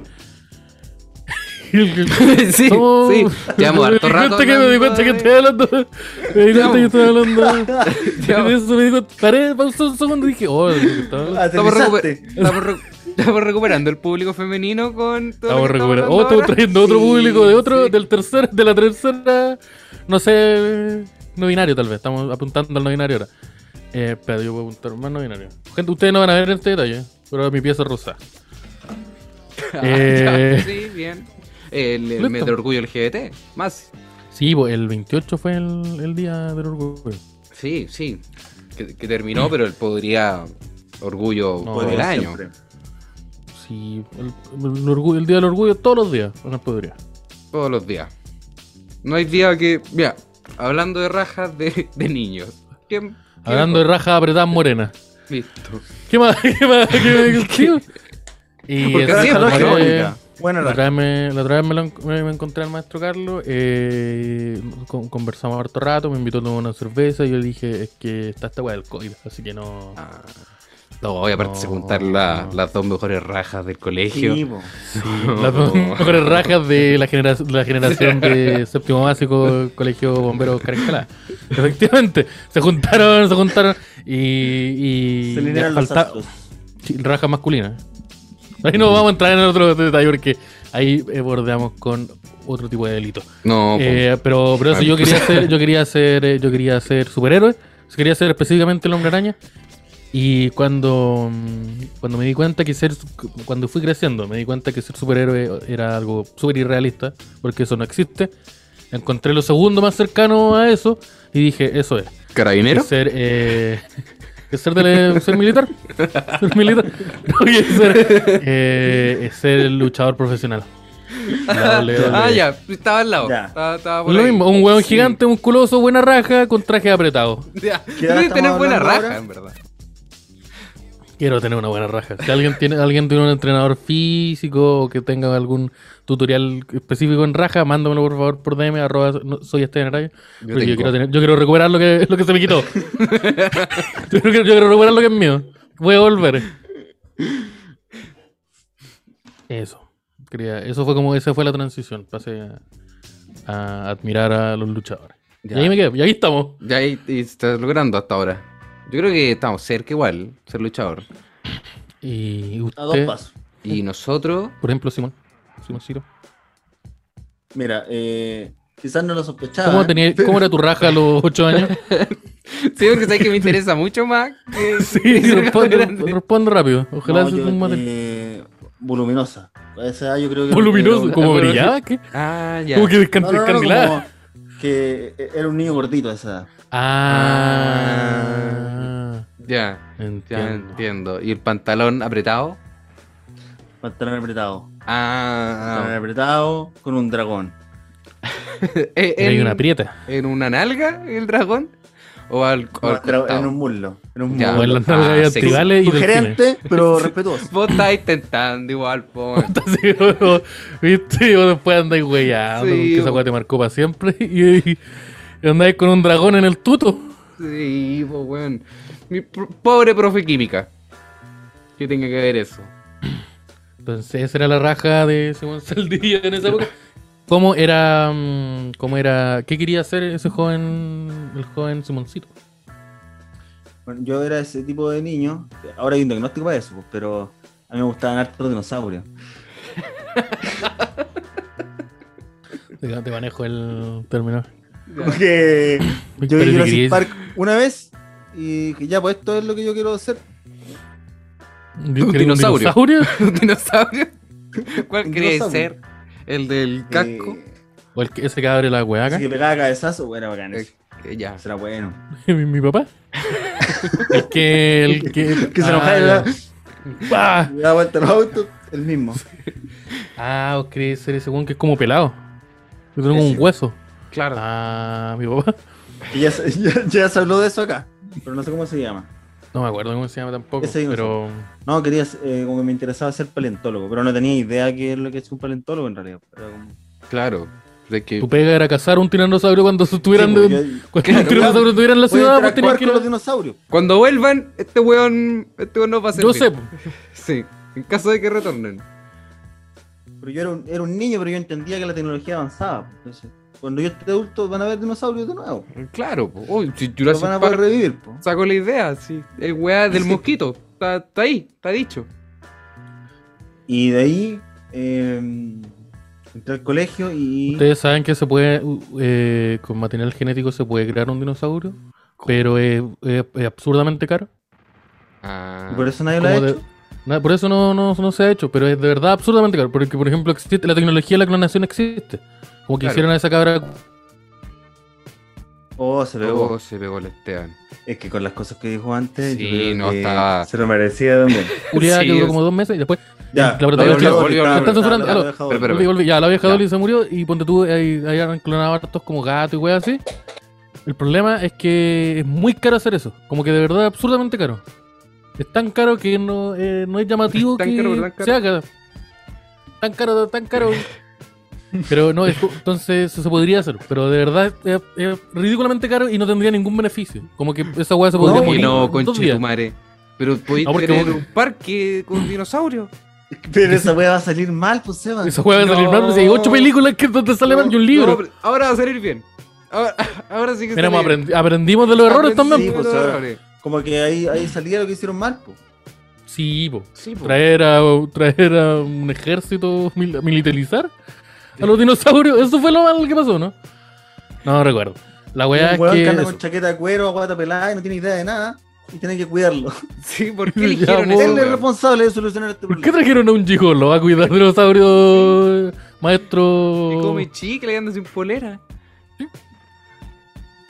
sí, Somos- sí. Llevamos harto Me di rato. cuenta que me di cuenta que estoy hablando. Me di cuenta que estoy hablando. Ya. De eso me di cuenta. Paré, pausé un segundo y dije, oh, ¿de qué estaba hablando? Estamos, recuper- Aterrizaste. estamos re- estamos recuperando el público femenino con todo lo Estamos que recuperando. Oh, hablando estamos ahora. trayendo otro Sí, público de otro, sí. del tercer, de la tercera, no sé, no binario tal vez. Estamos apuntando al no binario ahora. Eh, espera, yo puedo apuntar más no binario. Gente, ustedes no van a ver este detalle, pero mi pieza es rosa. Ah, Eh. ya, sí, bien. El, el Listo. mes de orgullo L G B T. Más. Sí, pues el veintiocho fue el, el día del orgullo. Sí, sí. Que, que terminó, pero él podría orgullo No, por el Podría año. siempre. Sí, el, el orgullo- el día del orgullo todos los días, no podría. Todos los días. No hay día que. Mira, hablando de rajas de, de niños. ¿Qué, qué Hablando de mejor? rajas apretadas morenas. Listo. ¿Qué más? ¿Qué más? ¿Qué, qué- Y Porque eso, así es, la ¿no? otra vez- Lógica. Buena La raja. otra vez me, la otra vez me, lo en- me- me encontré al maestro Carlos, eh, con- conversamos harto rato, me invitó a tomar una cerveza y yo le dije, es que está esta weá del COVID, así que no... Ah. No, y aparte No. se juntaron la- las dos mejores rajas del colegio. Sí, po. Las dos mejores rajas de la, genera- la generación de séptimo básico, colegio bombero Carescalá. Efectivamente, se juntaron, se juntaron y... y Se alinearon los falta- astros. sí, rajas masculinas. Ahí no vamos a entrar en otro detalle porque ahí eh, bordeamos con otro tipo de delito. No, po. Eh, pero, pero eso yo quería ser, yo quería ser, eh, yo quería ser superhéroe, quería ser específicamente el Hombre Araña. Y cuando, mm, cuando me di cuenta que ser, cuando fui creciendo, me di cuenta que ser superhéroe era algo súper irrealista, porque eso no existe. Encontré lo segundo más cercano a eso y dije, eso es. ¿Carabinero? Es ser, eh, ¿Es ser, de, ser militar? ¿Ser militar? No, que es ser, eh, es ser luchador profesional. La doble, doble. Ah, ya, estaba al lado. Ya. Estaba, estaba por Lo ahí. mismo, un hueón Sí. gigante, musculoso, buena raja, con traje apretado. Ya. ¿Qué Tienes hora que tener estamos buena hablando raja, ahora? en verdad. Quiero tener una buena raja. Si alguien tiene, alguien tiene un entrenador físico o que tenga algún tutorial específico en raja, mándamelo por favor por D M, arroba no- soy Esteban Araya. Yo Porque yo tengo. quiero, tener, yo quiero recuperar lo que, lo que se me quitó. yo, quiero, yo quiero recuperar lo que es mío. Voy a volver. Eso. Quería, eso fue como, esa fue la transición. Pasé a, a admirar a los luchadores. Ya. Y ahí me quedé. Y ahí estamos. Ya ahí y estás logrando hasta ahora. Yo creo que estamos cerca igual, ser luchador. Y A dos usted, pasos. Y nosotros, por ejemplo, Simón. Simoncito. Mira, eh, quizás no lo sospechaba. ¿Cómo, ¿eh? tenía, Pero- ¿Cómo era tu raja a los ocho años? sí, porque sabes que me interesa mucho más. Que, Sí, que ser responde, grande. responde rápido. Ojalá No, sea yo, un material. eh, voluminosa. A esa edad yo creo que. Voluminoso, era- como pero- brillaba, ¿qué? Ah, ya. Como que No, descan- no, no, no, descandilaba. como que era un niño gordito a esa edad. Ah, Ya, ya entiendo. entiendo. ¿Y el pantalón apretado? Pantalón apretado. Pantalón Ah, apretado con un dragón. ¿En, Era ahí una prieta. ¿En una nalga el dragón? ¿O al, o No, al dra- costado? en un muslo. En un Ya. muslo. O en las Ah, nalgas sexy. tribales y delfines. Sugerente, pero respetuoso. Vos estáis intentando igual, po. Sí, o- ¿viste? Y vos después andáis weyando, Sí, que esa bo. weá te marcó para siempre. Y, y andáis con un dragón en el tuto. Sí, pues, weón. Mi pr- pobre profe química. ¿Qué tenga que ver eso? Entonces, esa era la raja de Simón Saldilla en esa época. ¿Cómo era, mm, cómo era, qué quería hacer ese joven, el joven Simoncito? Bueno, yo era ese tipo de niño. Ahora hay un diagnóstico para eso, pues, pero a mí me gustaban hartos dinosaurios. Te, te manejo el término. Como que yo Pero vi si Jurassic querías- Park una vez y dije, ya, pues esto es lo que yo quiero hacer. ¿Un Un dinosaurio? dinosaurio. ¿Un dinosaurio? ¿Cuál Un querías dinosaurio. ser? ¿El del casco? Eh, ¿O el que, ese que abre la weá acá? así que pegaba cabezazo, bueno, bacán. Eh, Eso que ya. Será bueno. ¿Mi, mi papá? El que, el que... Que se ah, enojaba y ya. da- ¡Pah! y da vuelta los autos, el mismo. Ah, ¿vos querés ser ese weón que es como pelado? Yo tengo Ese. un hueso. Claro. Ah, mi papá. Y ya, se- ya, ya se habló de eso acá, pero no sé cómo se llama. No me acuerdo cómo se llama tampoco, Ese pero... No, quería, eh, como que me interesaba ser paleontólogo, pero no tenía idea qué es lo que es un paleontólogo en realidad. Era como- Claro. De que... Tu pega era cazar un tiranosaurio cuando estuvieran Sí, pues, de- yo- cuando claro, un tiranosaurio estuviera en la Voy a ciudad, pues interactuar tenías que ir con a- los dinosaurios. Cuando vuelvan, este weón, este weón no va a ser. Yo sé, po. Sí. En caso de que retornen. Pero yo era un, era un niño, pero yo entendía que la tecnología avanzaba. Entonces, cuando yo esté adulto van a ver dinosaurios de nuevo. Claro, po. Uy, si Los Jurassic van a poder Park revivir. Po. sacó la idea, sí. El weá del Sí. mosquito. Está, está ahí, está dicho. Y de ahí eh, entré al colegio y... Ustedes saben que se puede, uh, eh, con material genético se puede crear un dinosaurio, pero es, es- es absurdamente caro. Ah. y por eso nadie lo ha Como de- hecho. na- por eso no, no, no se ha hecho, pero es de verdad absurdamente caro. Porque, por ejemplo, existe, la tecnología de la clonación existe. Como que Claro. hicieron a esa cabra. Oh, se pegó. Oh, se pegó el Esteban. Es que con las cosas que dijo antes, Sí, yo creo no, que estaba- se lo merecía también. Culiada Sí, que duró es- como dos meses y después. Ya, La la protagonista- vieja Dolly volvió, estaba- volvió. Están censurando, la aló. vieja Dolly. Espera, Volví, volví. Ya, la vieja Ya. Dolly se murió y ponte tú, ahí, ahí han clonado hartos como gato y weas así. El problema es que es muy caro hacer eso. Como que de verdad absurdamente caro. Es tan caro que no, eh, no es llamativo Tan que caro, ¿verdad? se haga. Tan caro, tan caro. Pero no, es- entonces eso se podría hacer. Pero de verdad es, es ridículamente caro y no tendría ningún beneficio. Como que esa wea se podría ¿Cómo morir que no, en dos conche días. tu madre? Pero podéis No, porque tener vos- un parque con dinosaurios. Pero esa wea va a salir mal, pues Seba. Esa wea va a salir No. mal. Pues, hay ocho películas que donde sale mal y un libro. No, pero ahora va a salir bien. Ahora, ahora sí que Mira, hemos sale bien. aprendi- aprendimos de los errores Aprendí también. Sí, de pues, los ahora- errores. Como que ahí, ahí salía lo que hicieron mal, pues. Sí, po. Sí, po. Traer a, traer a un ejército mil- militarizar a los dinosaurios. Eso fue lo malo que pasó, ¿no? No recuerdo. La weá un es weón que. que anda eso. con chaqueta de cuero, guata pelada y no tiene idea de nada. Y tiene que cuidarlo. Sí, ¿por qué Ya, eligieron po. eso? Él es weón? responsable de solucionar este ¿Por qué problema. trajeron a un gigolo a cuidar dinosaurios, maestro? Y come chicle y anda sin polera.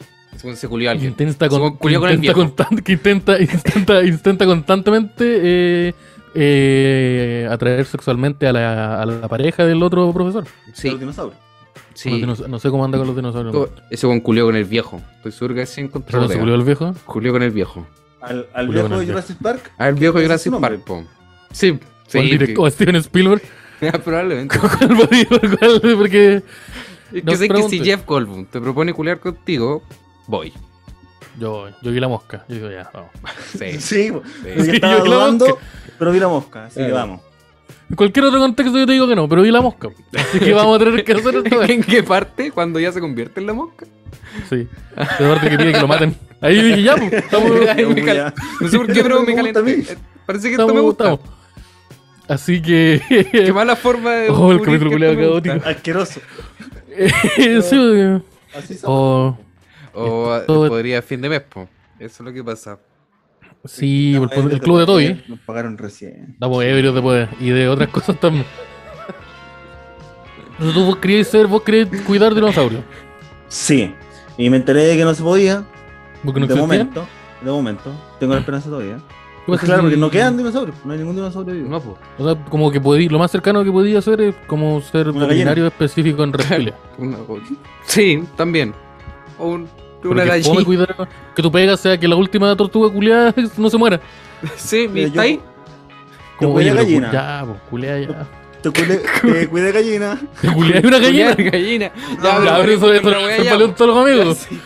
Según se culió a alguien. Intenta, con, Según que culió con el intenta, viejo. constan- que intenta, intenta, intenta constantemente eh, eh, atraer sexualmente a la, a la pareja del otro profesor. Sí. Sí, Los dinosaurios. Los sí. dinos- no sé cómo anda con los dinosaurios. Co- Ese buen culió con el viejo. Estoy seguro que se encontró. ¿Pero no se pega. culió el viejo? Culió con el viejo. Al, al Julio viejo con de el Jurassic Park. Ah, el viejo de Ese es su Jurassic nombre. Park, po. Sí, O, el sí. direct- o a Steven Spielberg. Probablemente. ¿Cuál va a ir? ¿Cuál? Porque Es No que sé que pregunte. si Jeff Goldblum te propone culiar contigo, voy. yo, yo vi la mosca. Yo digo, ya, vamos. Sí. Sí, po. Sí. Yo Sí, estaba yo vi la dudando, mosca. pero vi la mosca, así que Claro. vamos. En cualquier otro contexto yo te digo que no, pero vi la mosca. Así que vamos a tener que hacer esto. ¿En qué parte? Cuando ya se convierte en la mosca. Sí. De parte que pide que lo maten. Ahí dije, ya, pues, estamos, Ay, me cal- ya. No sé por qué, pero me Me gusta a calenté. mí. Eh, Parece que esto estamos, me gusta. estamos. Así que. Qué mala forma de. Oh, el descubrir capítulo que culiao esto me gusta. caótico. Asqueroso. eh, sí, Así se o- O eh, Todo- podría fin de mes, po. Eso es lo que pasa. sí, el, el club de Toby. Nos pagaron recién. Estamos ebrios de poder. Y de otras cosas también. Entonces tú vos querías ser, vos querías cuidar dinosaurios. Sí. Y me enteré de que no se podía. Porque no de existían. momento. De momento. Tengo la esperanza todavía. ¿Qué Pues pasa claro, si- porque no quedan dinosaurios. No hay ningún dinosaurio vivo. No, po. O sea, como que podí, lo más cercano que podía hacer es como ser Una veterinario específico en reptiles. Una go- Sí, también. O un, Pero una que gallina. fome cuidar- que tu pega sea que la última tortuga culiada no se muera. Sí, Mira, ¿está yo- ahí? Te cuidé oye, pero gallina. cu- Ya, pues, culiada ya. Te cuidé, te cuidé gallina. ¿Te culiada una gallina? Culiar gallina. No, Ya, pero eso eso una no wea es ser ya, paleontólogo, po. amigo. Sí.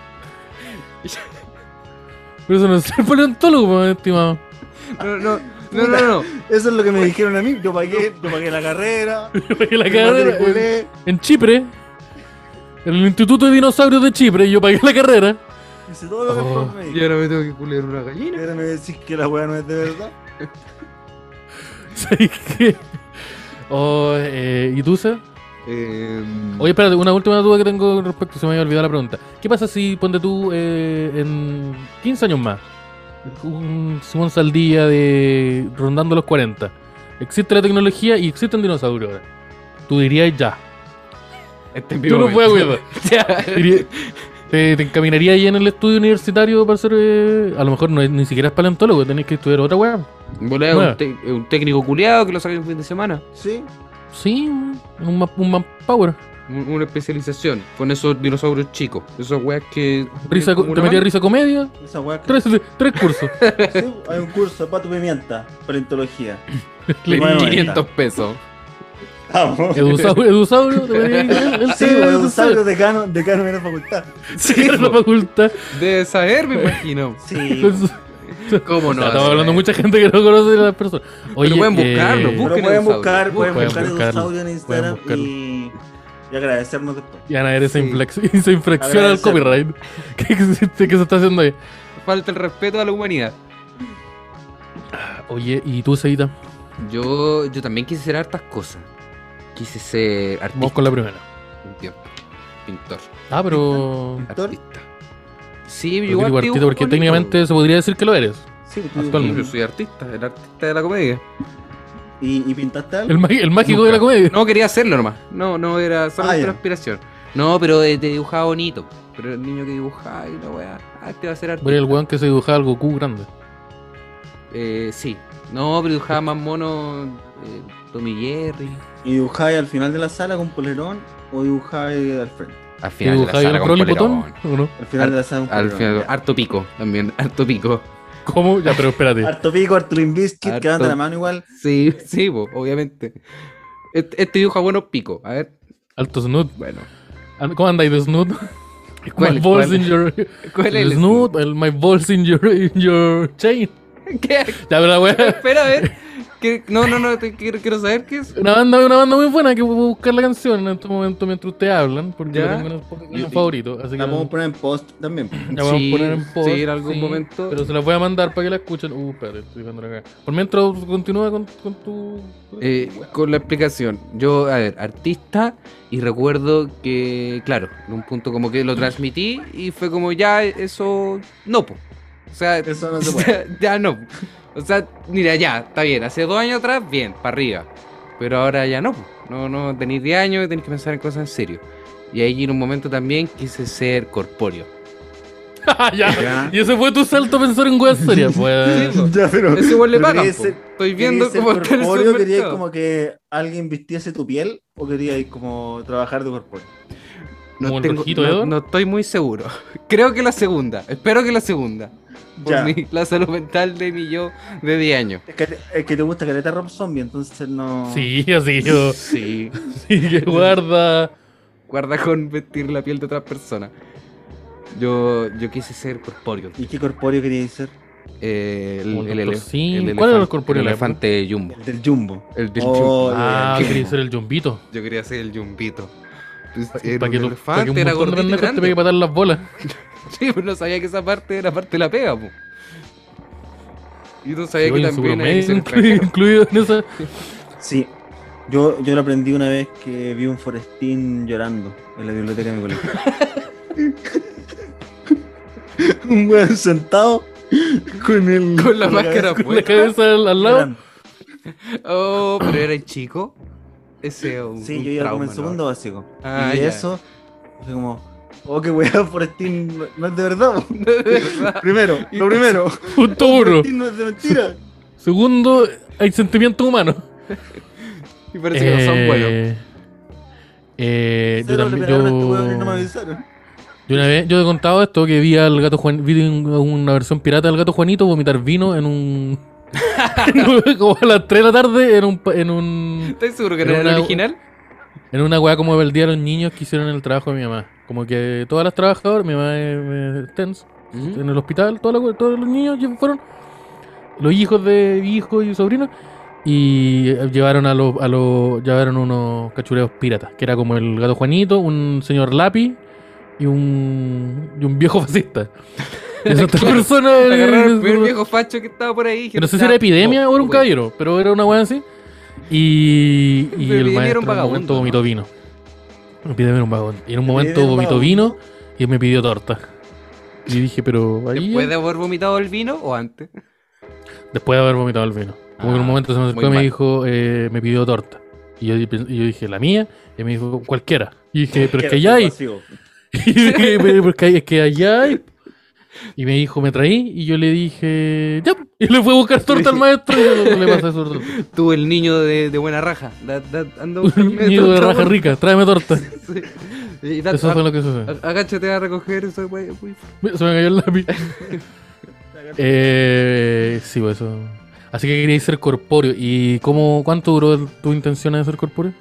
Pero eso no es ser paleontólogo, pues, estimado. No, no, no, no, no. Eso es lo que me dijeron a mí. Yo pagué, yo pagué la carrera. Pagué la me carrera en, matriculé. en Chipre, en el Instituto de Dinosaurios de Chipre, y yo pagué la carrera. Hice todo lo que el Oh. profe me Y dijo. ahora me tengo que culiar una Y gallina. ahora me decís que la weá no es de verdad. ¿Sabes qué? Oh, eh, ¿y tú, Seb? Eh, Oye, espérate, una última duda que tengo con respecto, se me había olvidado la pregunta. ¿Qué pasa si, ponte tú, eh, en quince años más, un Simón Saldía de rondando los cuarenta, existe la tecnología y existen dinosaurios ahora? Tú dirías ya. este es mi Tú no momento. puedes, Ya. Diría- ¿Te, te encaminarías ahí en el estudio universitario para ser, eh, a lo mejor no es, ni siquiera es paleontólogo, tenés que estudiar otra weá? Volea Nueva. un, te- un técnico culiado que lo saque un fin de semana. Sí. Sí, un, ma- un manpower. Un- Una especialización con esos dinosaurios chicos. Esos weas que. Risa, como ¿te una metías mano. risa comedia? Esa weá que. Tres, tres cursos. Sí, hay un curso de pato pimienta. Paleontología. Le- Bueno, quinientos pesos. Vamos. Edusaurio, Edusaurio, te metías el Sí, pues, un sabio decano, decano de la facultad. Sí, en la facultad. Debe saber, me imagino. Sí. ¿Cómo no? Estamos hablando de mucha gente que no conoce a las personas. Oye, Pero pueden buscarlo, eh, busquen Pero pueden dinosaurio. buscar, pueden Pueden buscar buscarlo, dinosaurio en Instagram pueden buscarlo. y, y agradecernos después. Y Ana, eres Sí. inflex- esa infracción al Agradecer. copyright. ¿Qué, existe, ¿Qué se está haciendo ahí? Falta el respeto a la humanidad. Oye, ¿y tú, Seita? Yo, yo también quise ser hartas cosas. Quise ser artista. Vamos con la primera. Un tiempo. Pintor. Ah, pero. ¿Pintor? Artista. Sí, pero igual digo dibujo artista porque bonito. técnicamente se podría decir que lo eres. Sí, tú- Actualmente. Yo soy artista, el artista de la comedia. ¿Y, y pintaste algo? El, magi- el mágico Nunca. de la comedia. No, quería hacerlo nomás. No, no, era solo Ah, una ya. aspiración. No, pero eh, te dibujaba bonito. Pero el niño que dibujaba y la weá. Ah, este va a ser artista. Bueno, el weón que se dibujaba al Goku grande. Eh, sí. No, pero dibujaba más mono. Eh, Tommy Jerry. ¿Y dibujáis al final de la sala con polerón o dibujáis al frente? Al ¿Te final de la dibujaba sala el con Broly polerón. Potón? ¿O no? Al final de la sala con Al polerón. final, harto pico también, harto pico. ¿Cómo? Ya, pero espérate. Harto pico, harto Limbiskit, que van de Harto- la mano igual. Sí, sí, po, obviamente. Este, este dibuja buenos picos. A ver, Alto Snoot. bueno. ¿Cómo andáis de Snoot? ¿Cuál- My balls cuál- in your. ¿Cuál es el el Snoot, el My balls in your, in your chain. ¿Qué? Ya, pero la wea. Espera, a ver. ¿Qué? No, no, no, te quiero, quiero saber qué es. Una banda, una banda muy buena que voy a buscar la canción en este momento mientras ustedes hablan, porque Ya. yo tengo unos pocos Yo- favoritos. Así que La podemos poner en post también. la vamos Sí, a poner en post. sí, en algún momento. Pero se las voy a mandar para que la escuchen. Uh, espérate, estoy viendo acá. Por mientras continúa con, con tu. Eh, con la explicación. Yo, a ver, artista, y recuerdo que, claro, en un punto como que lo transmití y fue como ya, eso no, po. O sea, Eso no se puede. ya no. O sea, mira, ya, está bien. Hace dos años atrás, bien, para arriba. Pero ahora ya no, po. No, no, tenéis diez años y tenéis que pensar en cosas en serio. Y ahí en un momento también quise ser corpóreo. ya. Ya. Y ese fue tu salto a pensar en weas serias, pues. Sí, po. Ya, pero. Ese igual le pero pagan, queríais po. ser- Estoy viendo ¿queríais ser cómo está el corpóreo? ¿Queríais supermercado. como que alguien vistiese tu piel? ¿O queríais como trabajar de corpóreo? Como No, el tengo- rojito, no- Edward. no estoy muy seguro. Creo que la segunda. Espero que la segunda. Por Ya. mi- la salud mental de mi yo de diez años. Es que, te- es que te gusta Caleta Rob Zombie, entonces no. Sí, así yo. Sí. Sí, que guarda. Guarda con vestir la piel de otras personas. Yo, yo quise ser corpóreo. ¿Y qué corpóreo queríais ser? Eh, el, Como el el doctor ele- Sim. el ¿Cuál era el elefante- corpóreo el de la época? elefante Jumbo. El del Jumbo. El del Oh, Jumbo. Ah, ya, ya. quería ser el Jumbito. Yo quería ser el Jumbito. Pues, Para era que, un lo- elefante, pa' que un era montón de gordito y pendejos te grande. pegue patar las bolas. Sí, pero no sabía que esa parte era parte de la pega, po. Y no sabía Sí, que oye, en también seguro hay que ser medio incluido, extranjero. incluido en esa. Sí. Yo, yo lo aprendí una vez que vi un forestín llorando en la biblioteca de mi colegio. Un weón sentado con el. Con la máscara cabeza Con la puesta. cabeza al, al lado. llorando. Oh, pero era el chico. Ese es un, Sí, un yo iba como trauma, en ¿no? segundo básico. Ah, y ya. eso, fue como, oh, qué weá, Forestín no- no es de verdad. po. De verdad. Primero, lo primero. Punto Oh, uno. Forestín no es de mentira. Segundo, hay sentimientos humanos. Y parece que no son buenos. Eh, eh, yo Cero le también. pegaron a este weón y no me Yo, avisaron. yo una vez, yo he contado esto que vi al gato Juan, vi un- una versión pirata del gato Juanito vomitar vino en un. como a las tres de la tarde en un. pa- En un ¿Estás seguro que no Era era el una- original? En una weá como el día de los niños que hicieron el trabajo de mi mamá. Como que todas las trabajadoras, mi mamá es es TENS, Ujú. en el hospital, toda la we- todos los niños lle- fueron, los hijos de hijos y sobrinos, y eh, llevaron a los, a los, llevaron unos cachureos piratas, que era como el gato Juanito, un señor lápiz y un, y un viejo fascista. Esas tres Claro. personas. Agarraron el eh, primer viejo facho que estaba por ahí. que no sé si era epidemia o era un caballero. caballero, pero era una weá así. Y, y Pero el epidemia maestro era un en un vagabundo, momento ¿no? vomitó vino. Epidemia era un vagabundo. Y en un momento Epidemia era un vomitó vagabundo. vino y me pidió torta. Y dije, pero ahí. ¿Después de haber vomitado el vino o antes? Después de haber vomitado el vino. Como que en un Ah, momento se me muy acercó y me mal. dijo, eh, me pidió torta. Y yo, y yo dije, ¿la mía? Y me dijo, cualquiera. Y dije, pero es que allá hay. Pasivo. Y dije, pero es que, es que allá hay. Y me dijo, ¿me traí? Y yo le dije, ya. Y le fue a buscar torta al maestro y yo le pasé su torta. Tú, el niño de, de buena raja. Da, da, anda a buscarme Nido de torta, raja por- rica, tráeme torta. Sí. Y da- Eso a- fue lo que sucedió. a- Agáchate a recoger eso, güey. güey. Se me cayó el lápiz. eh, sí, pues eso. Así que queríais ser corpóreo. ¿Y cómo, cuánto duró tu intención de ser corpóreo?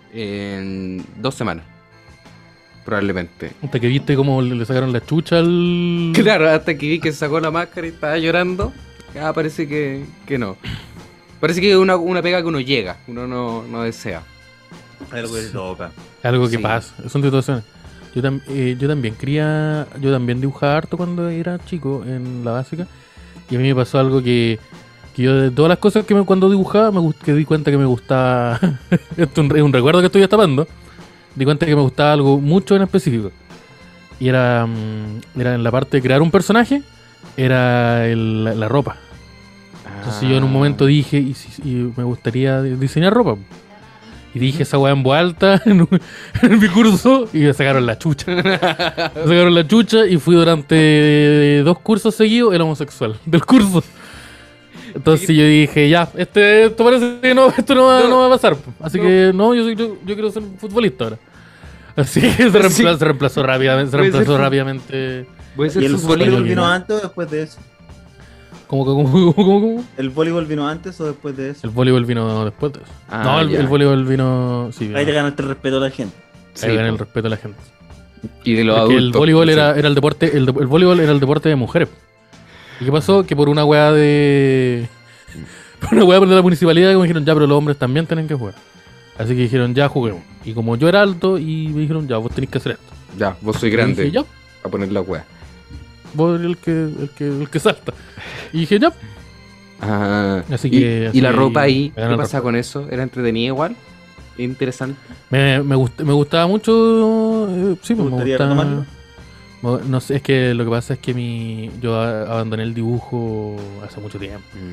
En dos semanas. Probablemente. Hasta que viste cómo le le sacaron la chucha al. Claro, hasta que vi que sacó la máscara y estaba llorando. Ah, parece que, que no. Parece que es una, una pega que uno llega, uno no, no desea. Algo que toca. Algo que Sí. pasa. Son situaciones. Yo, tam- eh, yo también quería. Yo también dibujaba harto cuando era chico en la básica. Y a mí me pasó algo que. Que yo de todas las cosas que me, cuando dibujaba me gust- que di cuenta que me gustaba. Esto es un, es un recuerdo que estoy destapando. Di cuenta que me gustaba algo mucho en específico. Y era, mm, era en la parte de crear un personaje, era el- la, la ropa. Entonces yo en un momento dije, y, si- y me gustaría di- diseñar ropa. Y dije esa weá en voz alta en, un- en mi curso y me sacaron la chucha. Me sacaron la chucha y fui durante dos cursos seguidos el homosexual del curso. Entonces yo dije, ya, este, esto parece que no, esto no va, No. no va a pasar. Así No. que no, yo, soy, yo, yo quiero ser futbolista ahora. Así que se reemplazó, se reemplazó rápidamente. Se Puede ser reemplazó fu- rápidamente. Voy a ser ¿Y el futbolista. voleibol yo vino no. antes o después de eso? ¿Cómo, cómo, cómo, cómo, cómo? ¿El voleibol vino antes o después de eso? El voleibol vino después de eso. Ah, no, el, ya. el voleibol vino. Sí, vino. Ahí te ganaste el respeto a la gente. Sí, Ahí gané el po. respeto de la gente. Y de los Porque adultos. el voleibol sí. era, era el deporte, el, de- el voleibol era el deporte de mujeres. ¿Y qué pasó? Que por una weá de. Por una weá de la municipalidad que me dijeron, ya, pero los hombres también tienen que jugar. Así que dijeron, ya juguemos. Y como yo era alto, y me dijeron, ya, vos tenés que hacer esto. Ya, vos soy Y grande. dije, ya, A poner la wea. vos eres el que, el que, el que salta. Y dije, ya. Ah, Así y- que- y, así la que ropa ahí, me ¿qué ganó el pasa respeto. con eso? ¿Era entretenida igual? Interesante. Me, me, gust- me gustaba mucho. eh, sí, ¿Te pues, me gustaría gustaba. retomarlo? mo- No sé, es que lo que pasa es que mi yo a- abandoné el dibujo hace mucho tiempo. Mm.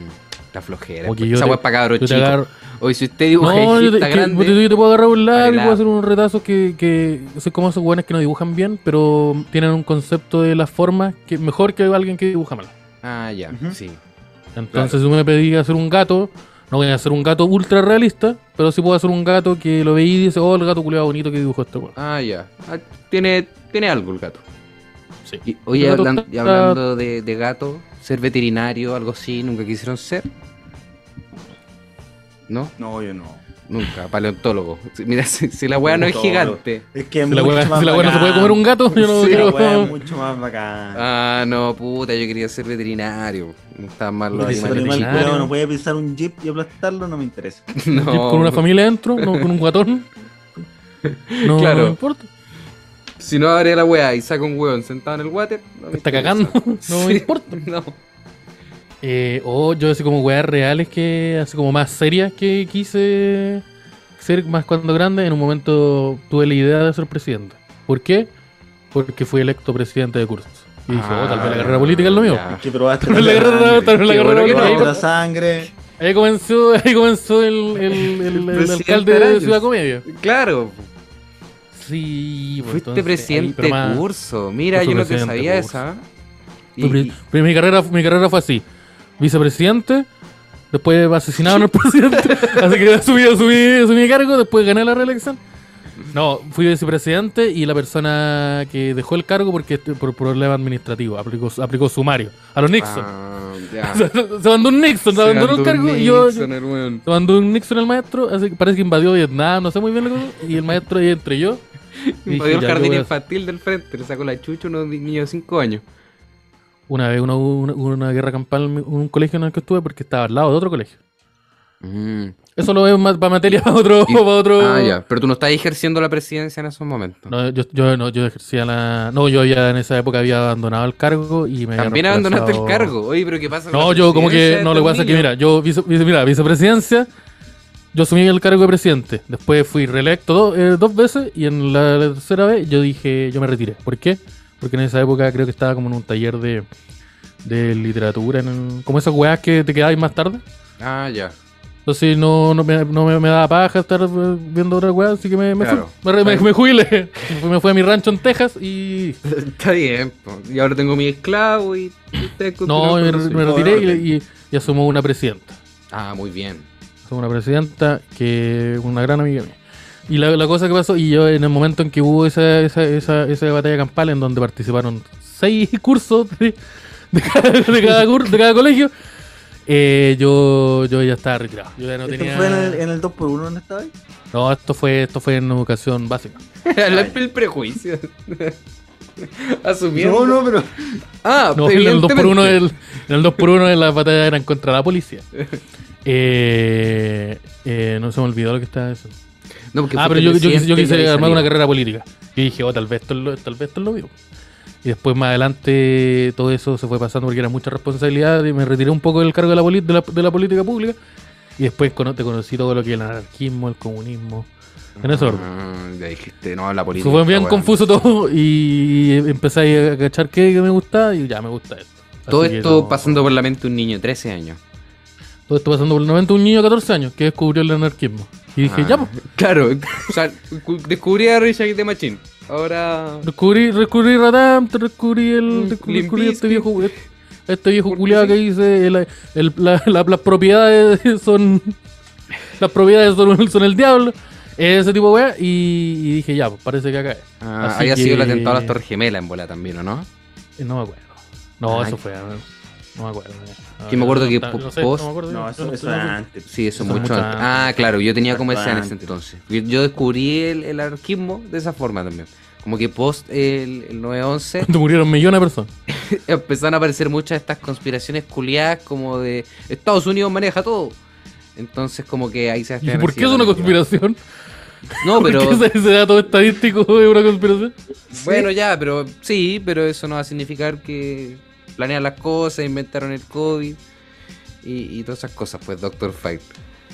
La flojera. Como que pues. yo Esa te- weá es para cabros yo te chicos. agarro- Hoy si usted dibuja No, yo te, hijita que- grande. yo te puedo agarrar un lápiz, arreglado. puedo hacer unos retazos que, que soy como esos weones que no dibujan bien, pero tienen un concepto de las formas que mejor que alguien que dibuja mal. Ah, ya, Ujú. sí. Entonces, si me pedí hacer un gato, no voy a hacer un gato ultra realista, pero sí puedo hacer un gato que lo veí y dice, oh, el gato culiado bonito que dibujó este weón. Ah, ya. Ah, tiene, tiene algo el gato. Sí. Y, oye, El gato hablan- está- y hablando de, de gato, ser veterinario, algo así, ¿nunca quisieron ser? ¿No? No, yo no. Nunca, paleontólogo. Si- Mira, si, si la weá no es Paleontólogo. gigante. Es que es Si la mucho weá más si la weá no se puede bacán. comer un gato, yo no Sí, La quiero. weá es mucho más bacán. Ah, no, puta, yo quería ser veterinario. No estaban mal los Pero Si ese el animales. animal veterinario. culiao no puede pisar un jeep y aplastarlo, no me interesa. No, Con una familia dentro, no con un guatón. No, Claro. no me importa. si no abre la weá y saca un hueón sentado en el water, no me Está interesa. cagando, no me Sí, importa. No. Eh, o yo así como weas reales que, así como más serias que quise ser más cuando grande, en un momento tuve la idea de ser presidente. ¿Por qué? Porque fui electo presidente de cursos. Y dije, oh, tal vez la carrera política es lo mío. ya. Que probaste Tal vez la carrera, sangre. tal vez la Qué carrera bueno que política. no. Ahí, La sangre. ahí comenzó, ahí comenzó el, el, el, el Presidente alcalde de Arayos. Ciudad Comedia. Claro, Sí, pues, fuiste entonces, presidente ahí, pero más- de curso. Mira, Yo fui yo no te presidente sabía de curso. esa. Fui pre- pre- mi, carrera, mi carrera fue así: vicepresidente, después asesinaron al presidente, así que asumí, asumí, asumí cargo, después gané la reelección. No, fui vicepresidente y la persona que dejó el cargo porque por problema administrativo aplicó, aplicó sumario a los Nixon. Ah, ya. Se, se mandó un Nixon, se, Se abandonó el mandó cargo un y yo, Nixon, el weón. se mandó un Nixon al maestro, así que parece que invadió Vietnam, no sé muy bien lo que y el maestro ahí entre yo. y Invadió dije, el ya, jardín yo voy a- infantil del frente, le sacó la chucha a unos niños de cinco años. Una vez una, una, una guerra campal en un colegio en el que estuve porque estaba al lado de otro colegio. Mm. Eso lo veo más para materia para otro, Y- para otro. Ah, ya. Pero tú no estás ejerciendo la presidencia en esos momentos. No, yo, yo no, yo ejercía la. No, yo ya en esa época había abandonado el cargo y me había También abandonaste el reemplazado- cargo. Oye, pero ¿qué pasa con No, la yo como presidencia que. de No, lo que estos pasa es que, niños? mira, yo, vice, vice- mira, vicepresidencia, yo asumí el cargo de presidente. Después fui reelecto do- eh, dos veces y en la, la tercera vez yo dije, yo me retiré. ¿Por qué? Porque en esa época creo que estaba como en un taller de, de literatura, en el- como esas weas que te quedabas más tarde. Ah, ya. Entonces no, no, me, no me, me daba paja estar eh, viendo otras weas, así que me, me Claro. fui. Me, re- me, me jubilé. me fui a mi rancho en Texas y. Está bien. po. Y ahora tengo mi esclavo y ustedes No, continúan me, con lo me suyo. retiré y, y, y asumo una presidenta. Ah, muy bien. Asumo una presidenta que es una gran amiga mía. Y la, la cosa que pasó, y yo en el momento en que hubo esa, esa, esa, esa batalla campal en donde participaron seis cursos de, de, cada, de, cada, cur- de cada colegio, eh, yo, yo ya estaba retirado. Yo ya no ¿Esto tenía. fue en el, en el dos por uno donde estaba ahí? No, esto fue, esto fue en educación básica. el, el prejuicio. Asumiendo. No, no, pero. Ah, No, en el dos por uno evidentemente. el, en el dos por uno en las batallas eran contra la policía. Eh, eh, no se me olvidó lo que estaba diciendo. No, porque Ah, fuiste pero yo, yo, quise, yo presidente y quise ahí armar salió. una carrera política. Y dije, oh, tal vez esto es lo, tal vez esto es lo mío. Y después más adelante todo eso se fue pasando porque era mucha responsabilidad y me retiré un poco del cargo de la, poli- de la, de la política pública. Y después cono- te conocí todo lo que es el anarquismo, el comunismo. En ese orden. Ah, ya dijiste, no, la política. Se fue bien está confuso todo y empecé a cachar qué me gustaba y ya me gusta esto. buena. Todo Así que esto no- pasando por la mente de un niño de trece años. Todo esto pasando por el momento un niño de catorce años que descubrió el anarquismo. Y dije, Ah, ya, pues, Claro, o sea, cu- descubrí a Rage Against the Machine. Ahora. descubrí, descubrí Radam, descubrí el. Mm, Descubrí, Limp descubrí este Bizkit. viejo. Este viejo Porque culiado sí. que dice el, el- la- la- las propiedades son. Las propiedades son, son el diablo. Ese tipo de weá. Y, y dije, ya, pues parece que acá es. Ah, Así había que- sido el atentado a las Torres Gemelas en bola también, ¿o no? Eh, No me acuerdo. No, Ay. eso fue. No, no me acuerdo. Que me acuerdo No, que no, po- no sé, post- no me acuerdo. No, Yo eso, no eso estoy- era antes. Sí, eso Eso mucho mucho antes. antes. Ah, claro, yo tenía como esa edad en ese Antes. entonces. Yo, yo descubrí el, el anarquismo de esa forma también. Como que post el, el nueve once Cuando murieron millones de personas. empezaron a aparecer muchas de estas conspiraciones culiadas como de Estados Unidos maneja todo. Entonces como que ahí se ¿Y por qué es una conspiración? No, pero ¿Por qué ese, ese dato estadístico es una conspiración? bueno, ya, pero sí, pero eso no va a significar que planean las cosas, inventaron el COVID y, y todas esas cosas, pues, Doctor Fight.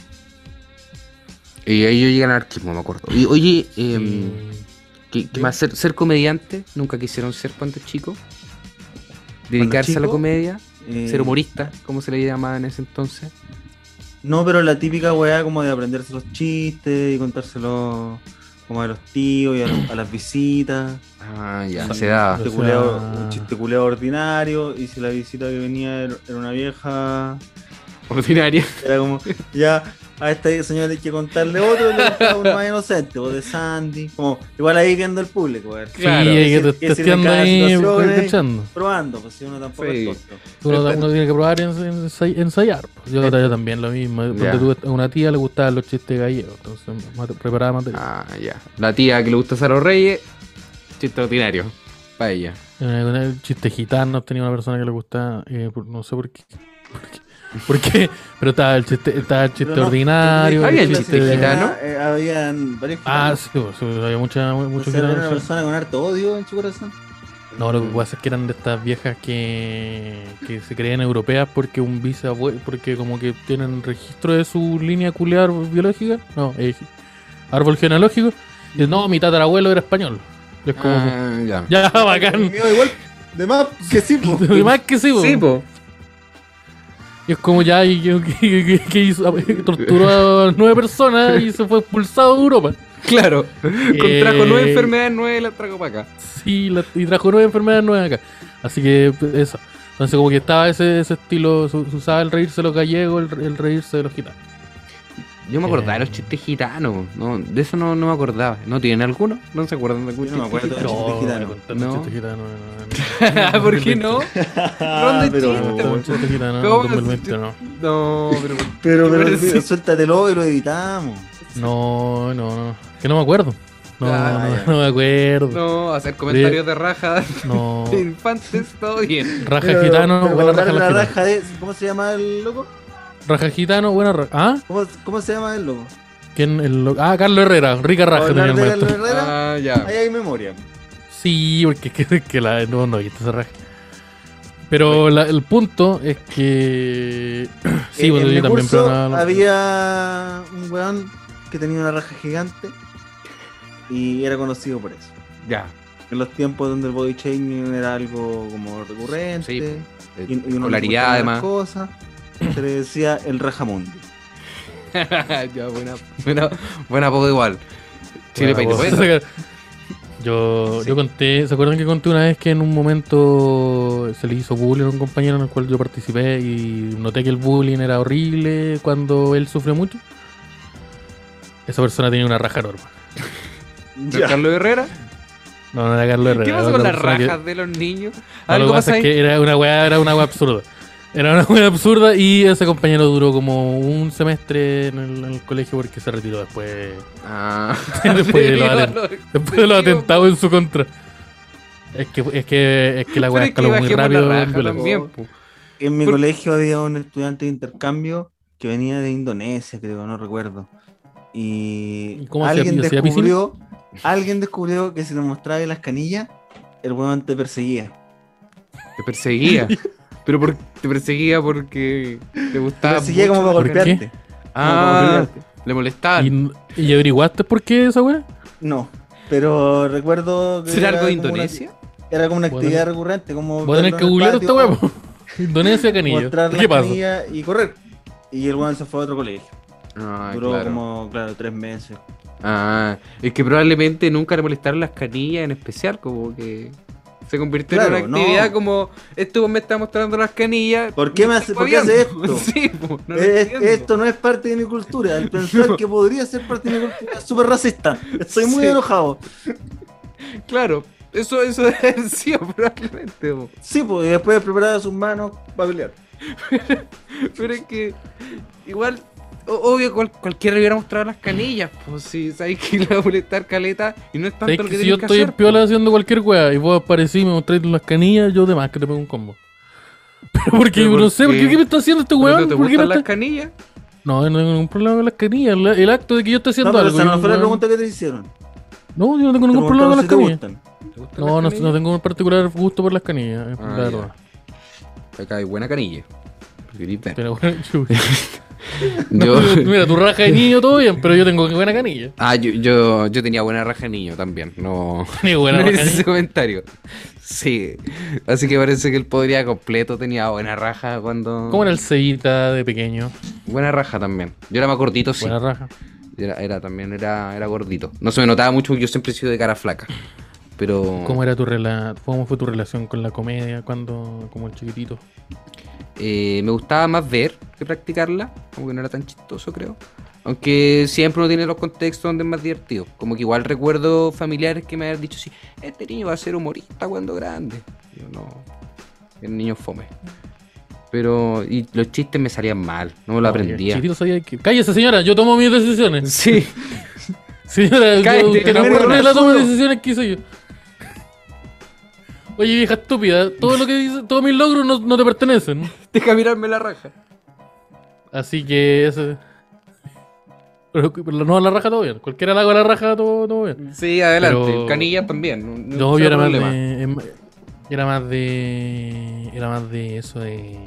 Y ahí yo llegué al anarquismo, me acuerdo. Y oye, eh, ¿qué, qué más? ¿Ser, ser comediante? ¿Nunca quisieron ser cuando chico? ¿Dedicarse a la chico? comedia? Eh, ¿Ser humorista? ¿Cómo se le llamaba en ese entonces? No, pero la típica weá como de aprenderse los chistes y contárselos como a los tíos y a, los- a las visitas. Ah, ya, Sí. se da. Un chiste O sea- culeado- un chiste culeado ordinario. Y si la visita que venía era era una vieja, Ordinaria. era como, ya, a esta señora hay que contarle otro, le contaba uno más inocente, o de Sandy. Como, igual ahí viendo el público, weón. Claro. Sí, hay que Que te- sirve en testeando cada ahí, situación, eh. cachando. Probando, pues si uno tampoco Sí. es tonto. Uno, uno tiene que probar y ens- ensay- ensayar. pues. Yo, yo también lo mismo. Ya. Porque tú, a una tía le gustaban los chistes gallegos, entonces mate- preparaba material. Ah, ya. La tía que le gusta hacer a los reyes, chiste ordinario. Para ella. Eh, con el chiste gitano tenía una persona que le gustaba, eh, por- no sé por qué. ¿Por qué? ¿Por qué? Pero estaba el chiste, estaba el chiste Pero no, ordinario. ¿había el el chiste chiste de- gitano? Eh, habían varios Ah, gitanos. sí, pues, sí, había mucha, muchos Entonces, era una gitanos. persona con harto odio en su corazón. No, lo que pasa es que eran de estas viejas que, que se creían europeas porque un bisabuelo, porque como que tienen registro de su línea culear biológica, no, eh, árbol genealógico, y no, mi tatarabuelo era español. Y es como, Ah, ya. ya, bacán. Mío igual, de más que sí, po. De más que sí, po. Sí, po. Y es como ya, y que, que- que- que hizo, torturó a nueve personas y se fue expulsado de Europa. Claro. Contrajo Eh, nueve enfermedades, nueve las trajo para acá. Sí, la- y trajo nueve enfermedades nuevas acá. Así que pues, eso. Entonces como que estaba ese, ese estilo, se, se usaba el reírse de los gallegos, el, el reírse de los gitanos. Yo me acordaba de Eh. los chistes gitanos. No, de eso no, no me acordaba. ¿No tienen alguno? ¿No se acuerdan de algún Yo no me chiste acuerdo. gitano? chiste gitano. contar No. un chiste gitano, no, no, ¿Por qué no? Ah, ¿Dónde pero, chiste, Contar un chiste gitano en ¿Cómo dos mil veinte, no. No, pero. pero, pero, Pero sí. suéltatelo y lo editamos. No, no, no. Que no me acuerdo. No, Ah, no, ya. no me acuerdo. No, hacer comentarios de raja No. de infantes, todo bien. Raja Pero- gitano, pero buena para raja hablar la de la gitana. raja de. ¿Cómo se llama el loco? Raja gitano, buena raja. ¿Ah? ¿Cómo, cómo se llama el loco? ¿Quién? El lo- Ah, Carlos Herrera, rica raja Para tenía el hablar de maestro. Carlos Herrera, Ah, ya. ahí hay memoria. Sí, porque que, que la, no, no, viste esa raja. Pero la- el punto es que. sí, en, bueno, en yo mi también. curso Pero no, no- había un weón que tenía una raja gigante y era conocido por eso. Ya. En los tiempos donde el body shaming era algo como recurrente Sí, y, y uno le Popularidad, contaba además. las cosas, se le decía el rajamundi. Ya, buena, buena, buena apodo igual. Chile Bueno, País puedo Poeta. sacar- Yo, Sí. yo conté, ¿se acuerdan que conté una vez que en un momento se le hizo bullying a un compañero en el cual yo participé y noté que el bullying era horrible cuando él sufre mucho? Esa persona tenía una raja enorme. ¿De Carlos Herrera? No, no era Carlos Herrera. ¿Qué era pasa otra con las persona que- rajas de los niños? No, lo Algo que pasa pasa es ahí. que era una weá, era una weá absurda. Era una weá absurda y ese compañero duró como un semestre en el, en el colegio porque se retiró después, Ah. Después de los Debido a atent- los- después de los atentados en su contra. Es que, es que, es que la Pero weá es que escaló muy bajemos la rápido. en raja violencia. también, po. En mi Por- colegio había un estudiante de intercambio que venía de Indonesia, creo, no recuerdo. Y, ¿Y cómo hacía alguien pi- hacía descubrió, alguien descubrió que si le mostraba las canillas, el weón te perseguía. Te perseguía. Pero por, te perseguía porque te Te gustaba. perseguía como mucho para la- ¿Por qué? golpearte. Como para Ah, golpearte. le molestaban. ¿Y, ¿Y averiguaste por qué esa weá? No, pero recuerdo que ¿Será era algo de como una- Indonesia? era como una Voy a actividad tener- recurrente, como Voy a tener verlo que en el googlear patio, esta weá. po. Indonesia, Canillo. mostrar ¿Qué las pasa? canillas y correr. Y el weón se fue a otro colegio. Ah, Duró claro. como, claro, tres meses. Ah, es que probablemente nunca le molestaron las canillas en especial, como que se convirtió Claro, en una actividad no. como este me está mostrando las canillas. ¿Por qué me hace- por qué hace esto? Sí, po, no lo Es- entiendo. esto no es parte de mi cultura. El pensar que podría ser parte de mi cultura es súper racista. Estoy muy Sí. enojado. Claro, eso, eso es sí, probablemente, po. Sí, pues, y después preparar sus manos para pelear. Pero es que igual, o- obvio, cual- cualquiera le hubiera mostrado las canillas, pues si sabéis que le va a molestar caleta y no es tanto ¿Sabes lo que que si tienes yo que estoy hacer, en piola po. haciendo cualquier weá y vos aparecís y me mostráis las canillas, yo de más que te pego un combo. Pero porque Pero no ¿por sé, ¿por qué? qué, qué me está haciendo este ¿Pero weón? ¿No te ¿Por qué me gustan las está- canillas? No, yo no tengo ningún problema con las canillas. El, el acto de que yo esté No, haciendo pero algo. esa y no un fue la weón- pregunta que te hicieron. No, yo no tengo Te ningún problema con las preguntaron si te canillas. gustan. ¿Te gustan No, las no, canillas? no tengo un particular gusto por las canillas, Ah, la ya. verdad. Acá hay buena canilla. Preferís ver. Pero bueno, chuta. Yo, No, mira, tu raja de niño todo bien, pero yo tengo buena canilla. ah, yo, yo, yo tenía buena raja de niño también. No, Ni buena no raja hice de ese niño. comentario. Sí, así que parece que el podría completo tenía buena raja cuando. ¿Cómo era el cevita de pequeño? Buena raja también. Yo era más gordito, sí. Buena raja. Era, era también era, era gordito. No se me notaba mucho porque yo siempre he sido de cara flaca. Pero. ¿Cómo era tu rela cómo fue tu relación con la comedia cuando, como el chiquitito? Eh, me gustaba más ver que practicarla. Como que no era tan chistoso, creo. Aunque siempre uno tiene los contextos donde es más divertido. Como que igual recuerdo familiares que me habían dicho así, este niño va a ser humorista cuando grande. Y yo no. El niño fome. Pero. Y los chistes me salían mal. No me lo aprendía. Chiquitito sabía que... Cállese, señora, yo tomo mis decisiones. Sí. Señora, Cállate, yo, usted no no me puede lo la toma de resuelvo. decisiones que hice yo. Oye, vieja estúpida, todo lo que dice, todos mis logros no, no te pertenecen. Deja mirarme la raja. Así que eso. Pero, pero no, la raja todo bien. Cualquiera le hago la raja todo, todo bien. Sí, adelante. Pero- Canillas también. No, yo cero era más problema. de. em- Era más de. Era más de eso de.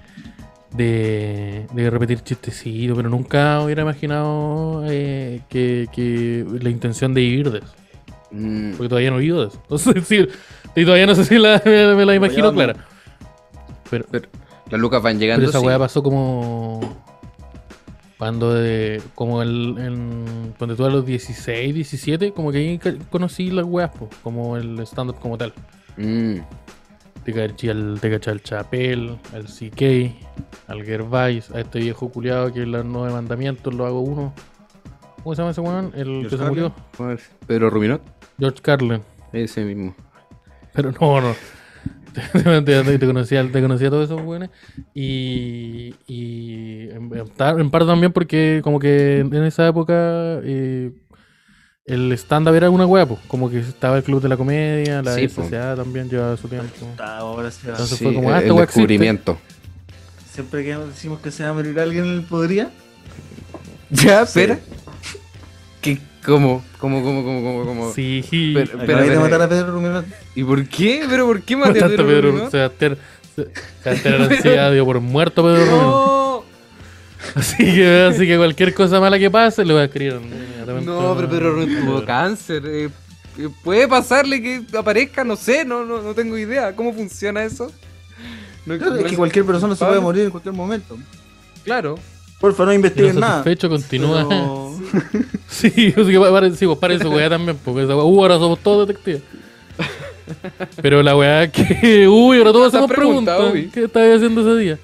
De, de repetir chistecitos, pero nunca hubiera imaginado eh, que, que la intención de vivir de eso. Mm, Porque todavía no vivo de eso. Entonces, sí, y todavía no sé si la, me, me la imagino ya, clara. Pero, las lucas van llegando. pero esa sí. weá pasó como. Cuando de. Como el. En, cuando tú a los dieciséis, diecisiete, como que ahí ca- conocí las weas, po, como el stand-up como tal. Mm, Te caché al, te caché al Chapel, al C K, al Gervais, a este viejo culiado que en los nueve mandamientos lo hago uno. ¿Cómo se llama ese weón? El George que se Carlin. murió. ¿cómo es? Pedro Ruminot. George Carlin. Ese mismo. Pero no, no. Te, te- te conocía, te conocía a todos esos weones. Y, y en, en tar- en parte también porque como que en esa época eh, el stand-up era una wea, pues. Como que estaba el Club de la Comedia, la Sí, S C A también llevaba su tiempo. Está, ahora se va. Entonces Sí, fue como, ah, el esta weá existe. descubrimiento. Siempre que decimos que se va a morir alguien en el podría. Ya, Sí. espera. ¿Qué? ¿Cómo? ¿Cómo, cómo, cómo, cómo, cómo? Sí. Pero- Acabé Espera, de espera. matar a Pedro Ruminot. ¿Y por qué? ¿Pero por qué maté a Mataste Pedro a Pedro Ruminot? Sebastián. Se- Sebastián Arancibia dio por muerto a Pedro Ruminot. No, Así que, así que cualquier cosa mala que pase le voy a escribir. no, pero Pedro Ruminot tuvo cáncer. eh, eh, ¿Puede pasarle que aparezca? No sé, no, no, no tengo idea. ¿Cómo funciona eso? No, Claro, no es que cualquier persona se culpable. puede morir en cualquier momento. Claro. Porfa, no Y investiguen no nada. satisfecho, continúa. Pero- Sí, así que para, sí, pues para eso, weá, también, porque esa weá, uh, ahora somos todos detectives. Pero la weá es que, uy, ahora todos Esa hacemos pregunta, preguntas. uy. ¿Qué estabas haciendo ese día?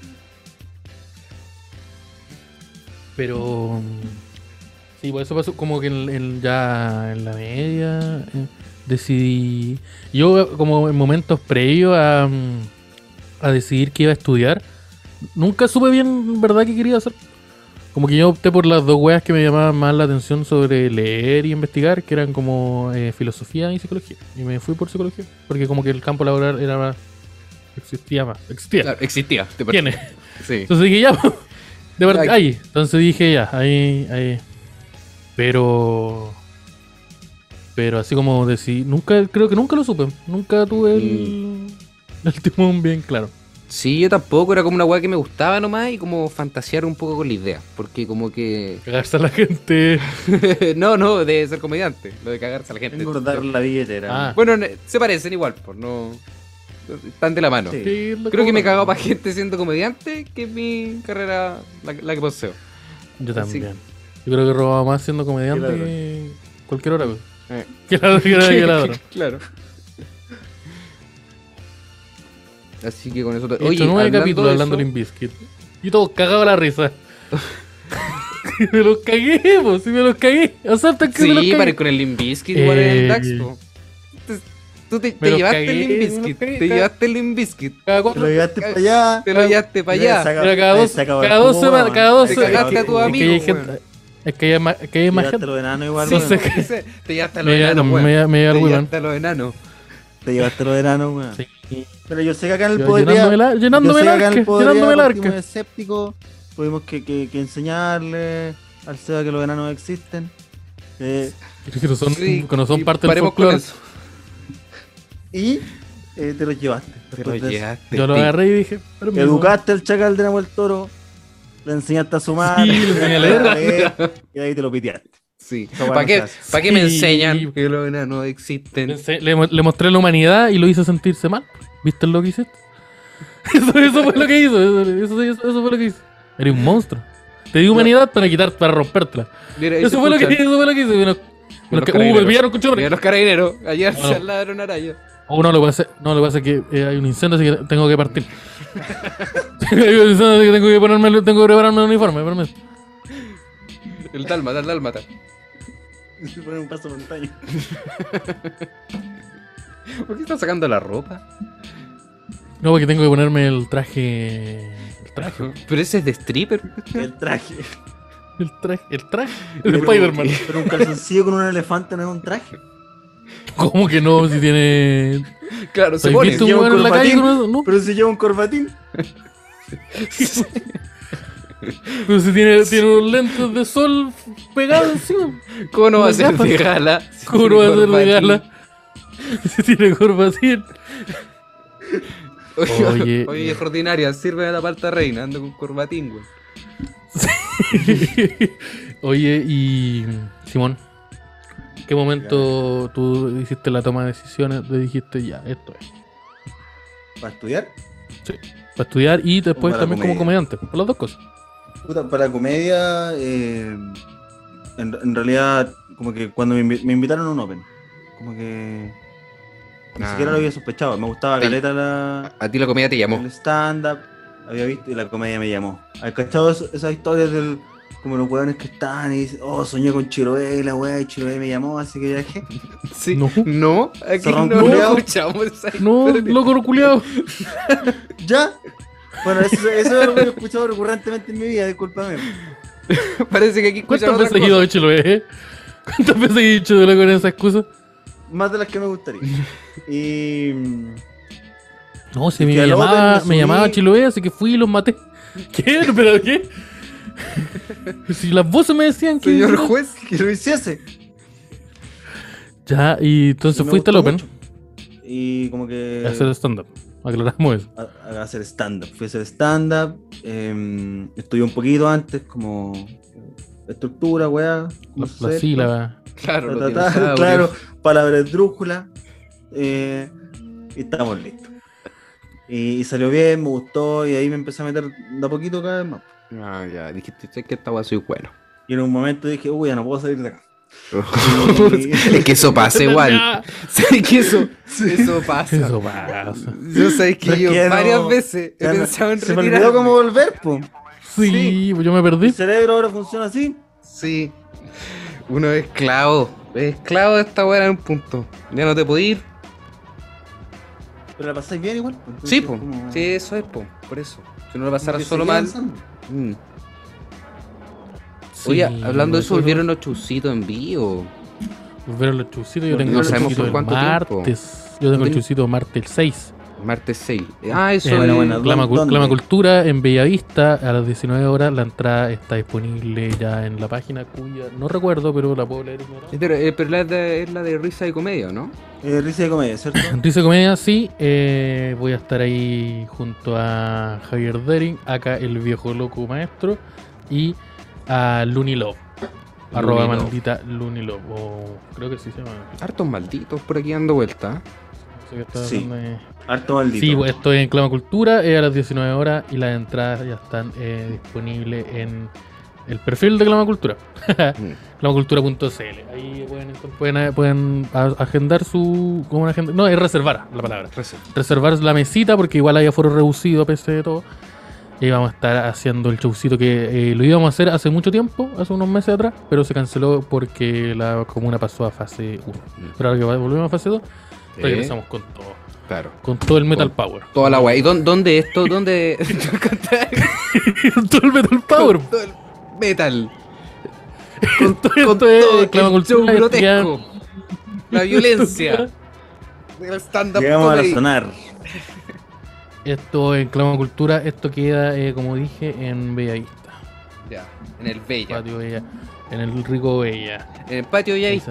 Pero, sí, pues eso pasó como que en, en- ya en la media eh, decidí, yo como en momentos previos a, mm, a decidir que iba a estudiar, nunca supe bien, en verdad, qué quería hacer. Como que yo opté por las dos weas que me llamaban más la atención sobre leer y investigar, que eran como eh, filosofía y psicología. Y me fui por psicología, porque como que el campo laboral era más... Existía más. Existía. Claro, existía. te ¿Quién es? Sí. Entonces dije, ya, pues, de part- Ya. ahí. Entonces dije, ya, ahí, ahí. Pero... Pero así como decir, nunca, creo que nunca lo supe. Nunca tuve el, el timón bien claro. Sí, yo tampoco, era como una weá que me gustaba nomás y como fantasear un poco con la idea. Porque como que. Cagarse a la gente. no, no, de ser comediante, lo de cagarse a la gente. Engordar la billetera. Ah. Bueno, ne- se parecen igual, pues no. Están de la mano. Sí. Sí, lo Creo que me he como- cagado para gente siendo comediante que mi carrera, la, la que poseo. Yo Así- también. Yo creo que he robado más siendo comediante Claro. que cualquier hora. pues. Eh. Que la, que la, que la otra. Claro. Así que con eso. te- He hecho nueve hablando capítulos de hablando eso- Limp Bizkit. Y todos cagados a la risa. me los cagué, pues, sí me los cagué. Aceptan que me los Sí, cagué. para con el Limp Bizkit igual en el Eh, Dax, po. Tú- Tú te, me te los llevaste cagué, el Limp me los Bizkit. cagué, Te ca- llevaste el Limp Bizkit. Cada Te cuatro. lo llevaste para allá. Te lo llevaste para allá. Pero cada dos, cada dos semanas, cada dos Te semanas. cagaste a tu Es que amigo, hay gente- weón. Es que hay más, que hay más Llevaste gente. los enanos igual. Sí, weón. Entonces- sí, te llevaste a Me los lleva- enanos, me weón. lleva- me lleva el Te weón. llevaste a los enanos. Te llevaste los enanos, weón. Sí. Pero yo sé que acá en el Yo podría. llenándome la- llenándome yo sé el que acá en arca, el podría, llenándome el partimos arca. de escépticos. Tuvimos que, que, que enseñarle al Seba que los enanos existen. Eh, Que no son, Sí, que no son y parte del paremos con folclore. eso. y eh, te los llevaste. Te Después lo de eso. llevaste. Yo lo sí. agarré y dije, permiso. Educaste al chacal de Nahuel Toro. Le enseñaste a su madre. le enseñé a leer. Y ahí te lo piteaste. Sí. Esa weá ¿Para no qué, se hace. ¿pa' qué me Sí. enseñan que los enanos existen? Le, ense- le mo- le mostré la humanidad y lo hice sentirse mal. ¿Viste lo que hiciste? Eso, eso fue lo que hizo. Eso, eso- eso fue lo que hizo. Eres un monstruo. Te di humanidad para quitar, para rompértela. Mira, ahí Eso se fue, lo que, escuchan. eso fue lo que hice. Bueno, Los uh, me carabineros. pillaron con chorro. Mira los carabineros. Ayer Bueno. se al lado de una araya. Oh, no, lo que pasa, no, lo que pasa es que eh, hay un incendio, así que tengo que partir. Hay un incendio, así que tengo que ponerme, tengo que prepararme el uniforme, permiso. El dálmata, el dálmata. Se pone un paso montaña. ¿Por qué estás sacando la ropa? No, porque tengo que ponerme el traje. El traje. Pero ese es de stripper. El traje. El traje. El traje. El Pero- Spider-Man. Pero un calzoncillo con un elefante no es un traje. ¿Cómo que no? Si tiene. Claro, se ¿Has pone. visto un lleva un weón en la calle corbatín. con eso? No. Pero si lleva un corbatín. Pero si tiene, tiene unos lentes de sol pegados encima. ¿Cómo no va a Unas ser gafas. de gala? si ¿Cómo no tiene va a ser de corbatín? gala? Si tiene corbatín. Oye, Oye, oye, eh. es ordinaria, sirve de la palta reina, ando con corbatín, güey. Oye, y. Simón, ¿en qué momento tú hiciste la toma de decisiones? Te dijiste, ya, esto es. ¿Para estudiar? Para estudiar y después Para también como comedia. comediante. Por las dos cosas. Puta, para comedia, eh, en, en realidad, como que cuando me, invi- me invitaron a un Open, como que ni Ah. siquiera lo había sospechado. Me gustaba Sí. caleta la, A ti la comida te llamó. el stand-up, había visto y la comedia me llamó. ¿Has cachado eso- esas historias del como los hueones que están y dicen, oh, soñé con Chiloé, la wea, y Chiloé me llamó, así que viajé? Sí. No. No, aquí Zorrón no, culiao. escuchamos esa No, historia. loco culiado. ¿Ya? Bueno, eso, eso es algo que he escuchado recurrentemente en mi vida, discúlpame. Parece que aquí ¿Cuántas escuchamos veces otra he ido cosa. a Chiloé? eh? ¿Cuántas veces he dicho de loco en esa excusa? Más de las que me gustaría. Y... No, si me Que al llamaba, Open me me llamaba subí- Chiloé, así que fui y los maté. ¿Qué? ¿Pero qué? Si las voces me decían que. Señor juez. que lo hiciese. Ya, y entonces Me fuiste al gustó Open mucho. Y como que... a hacer stand-up. Aclaramos eso. a, a hacer stand-up. Fui a hacer stand-up. Eh, estudié un poquito antes, como estructura, weá. La, la concepto, sílaba. Claro, ta, los ta, ta, dinosaurios. claro, palabras drújula. Eh, y estamos listos. Y, y salió bien, me gustó. Y ahí me empecé a meter de a poquito cada vez más. Ah, ya, dijiste, sé que esta weá soy bueno. Y en un momento dije, uy, ya no puedo salir de acá. Es que eso pasa igual. Ya. ¿Sabes que eso? Eso pasa. Eso pasa. Yo sabes que Pero es yo que no- varias veces he Ya no- pensado en se me retirarme. olvidó cómo volver, po. Sí, Sí. pues yo me Mi perdí. cerebro ahora funciona así. Sí. Uno es esclavo. Es esclavo de esta weá en un punto. Ya no te podís ir. Pero la pasáis bien igual. po. Entonces, Sí, po. como- Sí, eso es, po. Por eso. Si no lo como pasara que solo seguí mal. avanzando. Mm. Sí, Oye, hablando de eso, me volvieron los chusitos en vivo. Volvieron los chusitos. Yo tengo No el sabemos chusito por el cuánto tiempo. martes. Yo tengo el Ten- chusito martes seis. Martes seis. Ah, eso Eh, es. bueno, bueno. Clama, ¿Dónde? Clama Cultura en Bellavista a las diecinueve horas. La entrada está disponible ya en la página cuya no recuerdo, pero la puedo leer. Eh, Pero, eh, pero la de- es la de risa y comedia, ¿no? Eh, risa de comedia, ¿cierto? Risa Comedia, sí. eh, voy a estar ahí junto a Javier Dering, acá el viejo loco maestro, y a Looney Love. Arroba Looney Love. maldita Looney Love. O creo que sí se llama. Hartos malditos por aquí dando vuelta. No sé qué estaba Sí. hablando de- Harto maldito. Sí, pues estoy en Clama Cultura eh, a las diecinueve horas y las entradas ya están eh, disponibles en el perfil de Clama Cultura. Mm. clamacultura punto c l. Ahí pueden, encont- pueden, eh, pueden a- agendar su. ¿Cómo agenda? No, es reservar la palabra. Risa. Reservar la mesita porque igual hay aforo reducido a pesar de todo. Y ahí vamos a estar haciendo el showcito que eh, lo íbamos a hacer hace mucho tiempo, hace unos meses atrás, pero se canceló porque la comuna pasó a fase uno. Pero ahora que volvemos a fase dos, Eh, regresamos con todo. Claro. Con todo el Metal Con Power. Toda la weá. ¿Y dónde, dónde esto? ¿Dónde? Con todo el Metal Power. Con todo el metal. Esto, Con esto todo es Clama el show Cultura. esto ya- grotesco. La violencia. El stand-up Llegamos a la comedy. sonar. Esto en Clama Cultura, esto queda, eh, como dije, en Bellavista. Ya, en el Bella. Patio Bella. En el rico Bella. En el patio Bellavista.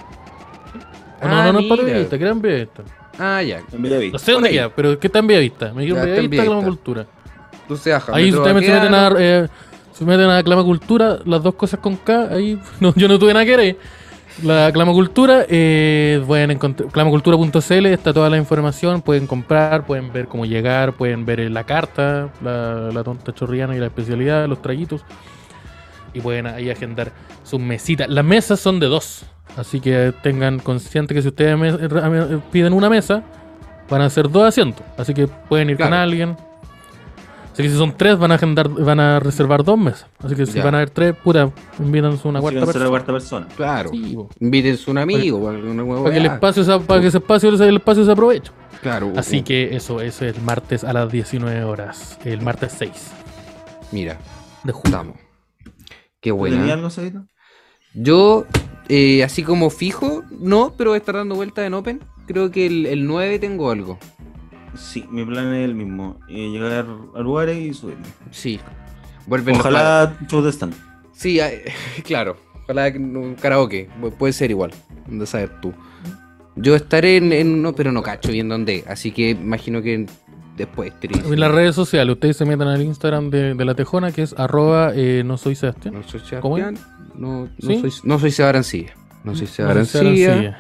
Oh, no, no, no es Patio mira. Bellavista, queda en Bellavista. Ah, ya. En Bellavista. No sé dónde Por ahí. queda, pero que está en Bellavista. Me dijeron Ya, está en Bellavista, Clama Bellavista. Cultura. Entonces, ajá. Ahí Metro ustedes se meten Baqueano. a, eh, se meten a Clama Cultura, las dos cosas con K, ahí no, yo no tuve nada que ver. La Clama Cultura, eh, pueden encontrar clamacultura punto c l, está toda la información, pueden comprar, pueden ver cómo llegar, pueden ver eh, la carta, la, la tonta chorriana y la especialidad, los traguitos. y pueden ahí agendar sus mesitas. Las mesas son de dos, así que tengan consciente que si ustedes me- me- piden una mesa, van a ser dos asientos, así que pueden ir con Claro. alguien. Así que si son tres, van a agendar, van a reservar dos mesas. Así que si Ya. van a haber tres, puta, invitan a una Así cuarta que no será persona. la cuarta persona. Claro. Sí, po. Invítense un amigo. o alguna hueá. Para que el espacio se, para que ese espacio, el espacio se aproveche. Claro. Así uh, que eso, eso es el martes a las diecinueve horas. El martes seis Mira, de julio. estamos. Qué ¿Tú tenías buena. algo, Sabito? Yo, eh, así como fijo, no, pero voy a estar dando vueltas en Open. Creo que el, el nueve tengo algo. Sí, mi plan es el mismo. eh, llegar a lugares y subirme. Sí. Vuelven los pa- Ojalá show de stand. Sí, ah, claro. Ojalá que no- karaoke. pu- Puede ser igual. De saber tú. Yo estaré en, en- no, pero no cacho bien dónde. Así que imagino que después estaré. En las redes sociales, ustedes se metan al Instagram de, de la Tejona, que es arroba eh, no soy Sebastián. No soy ¿Cómo es? Sebastián. No, no ¿Sí? soy, no soy Seba Arancilla. No soy Seba No soy Seba Arancilla. Arancilla.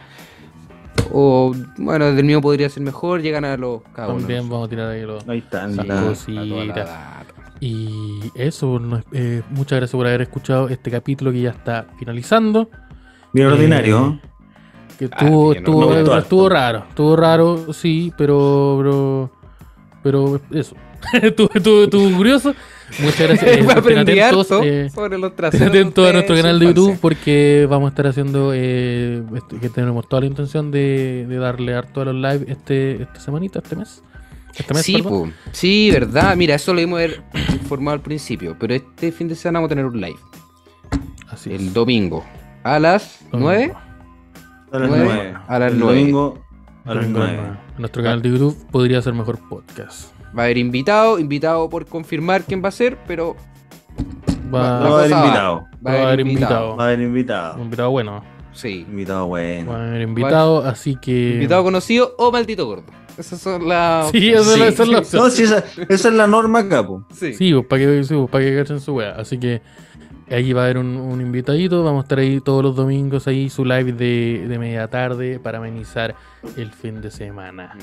O, bueno, del mío podría ser mejor. Llegan a los cada uno. También vamos a tirar ahí los... Ahí está. Sí, anda. pues, A toda la cositas. data. Y eso, no- eh, muchas gracias por haber escuchado este capítulo que ya está finalizando. Bien Eh, ordinario. Que estuvo, bien, estuvo, me gustó estuvo harto. raro, estuvo raro, sí, pero. Pero, pero eso. estuvo, estuvo, estuvo curioso. Muchas gracias. Eh, estén Aprendí atentos, harto eh, sobre los estén traseros. atentos a de nuestro su canal de infancia. YouTube porque vamos a estar haciendo. Eh, este- que tenemos toda la intención de, de darle harto a los live este, esta semanita, este mes. Este mes, Sí, perdón. po. Sí, verdad. Mira, eso lo debimos haber informado al principio. Pero este fin de semana vamos a tener un live. Así es. El domingo. A las Domingo. nueve. A las nueve, nueve. a las El nueve. domingo a las Domingo, nueve. en nuestro canal de YouTube podría ser mejor podcast. Va a haber invitado. Invitado por confirmar quién va a ser. Pero Va, No va a haber cosa va. invitado. va a haber invitado. Va a haber invitado. Un invitado bueno. Sí. Invitado bueno. Va a haber invitado, así que. Invitado conocido o maldito gordo. Esas son las. Sí, esa es la- esa es la opción. No, sí, esa, esa es la norma acá, po. Sí. Sí, pues, para que, sí, pues, para que cachen su wea. Así que ahí va a haber un, un invitadito. Vamos a estar ahí todos los domingos, ahí su live de, de media tarde para amenizar el fin de semana.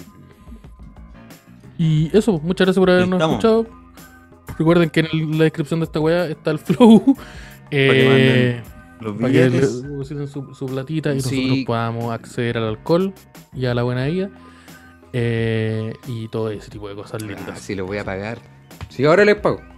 Y eso, pues, muchas gracias por habernos Estamos. escuchado. Recuerden que en el- la descripción de esta wea está el flow. Eh, Los para que le billetes. depositen su, su platita y Sí. nosotros podamos acceder al alcohol y a la buena vida. Eh, y todo ese tipo de cosas Ah, lindas. sí, lo voy a pagar. Sí, ahora les pago.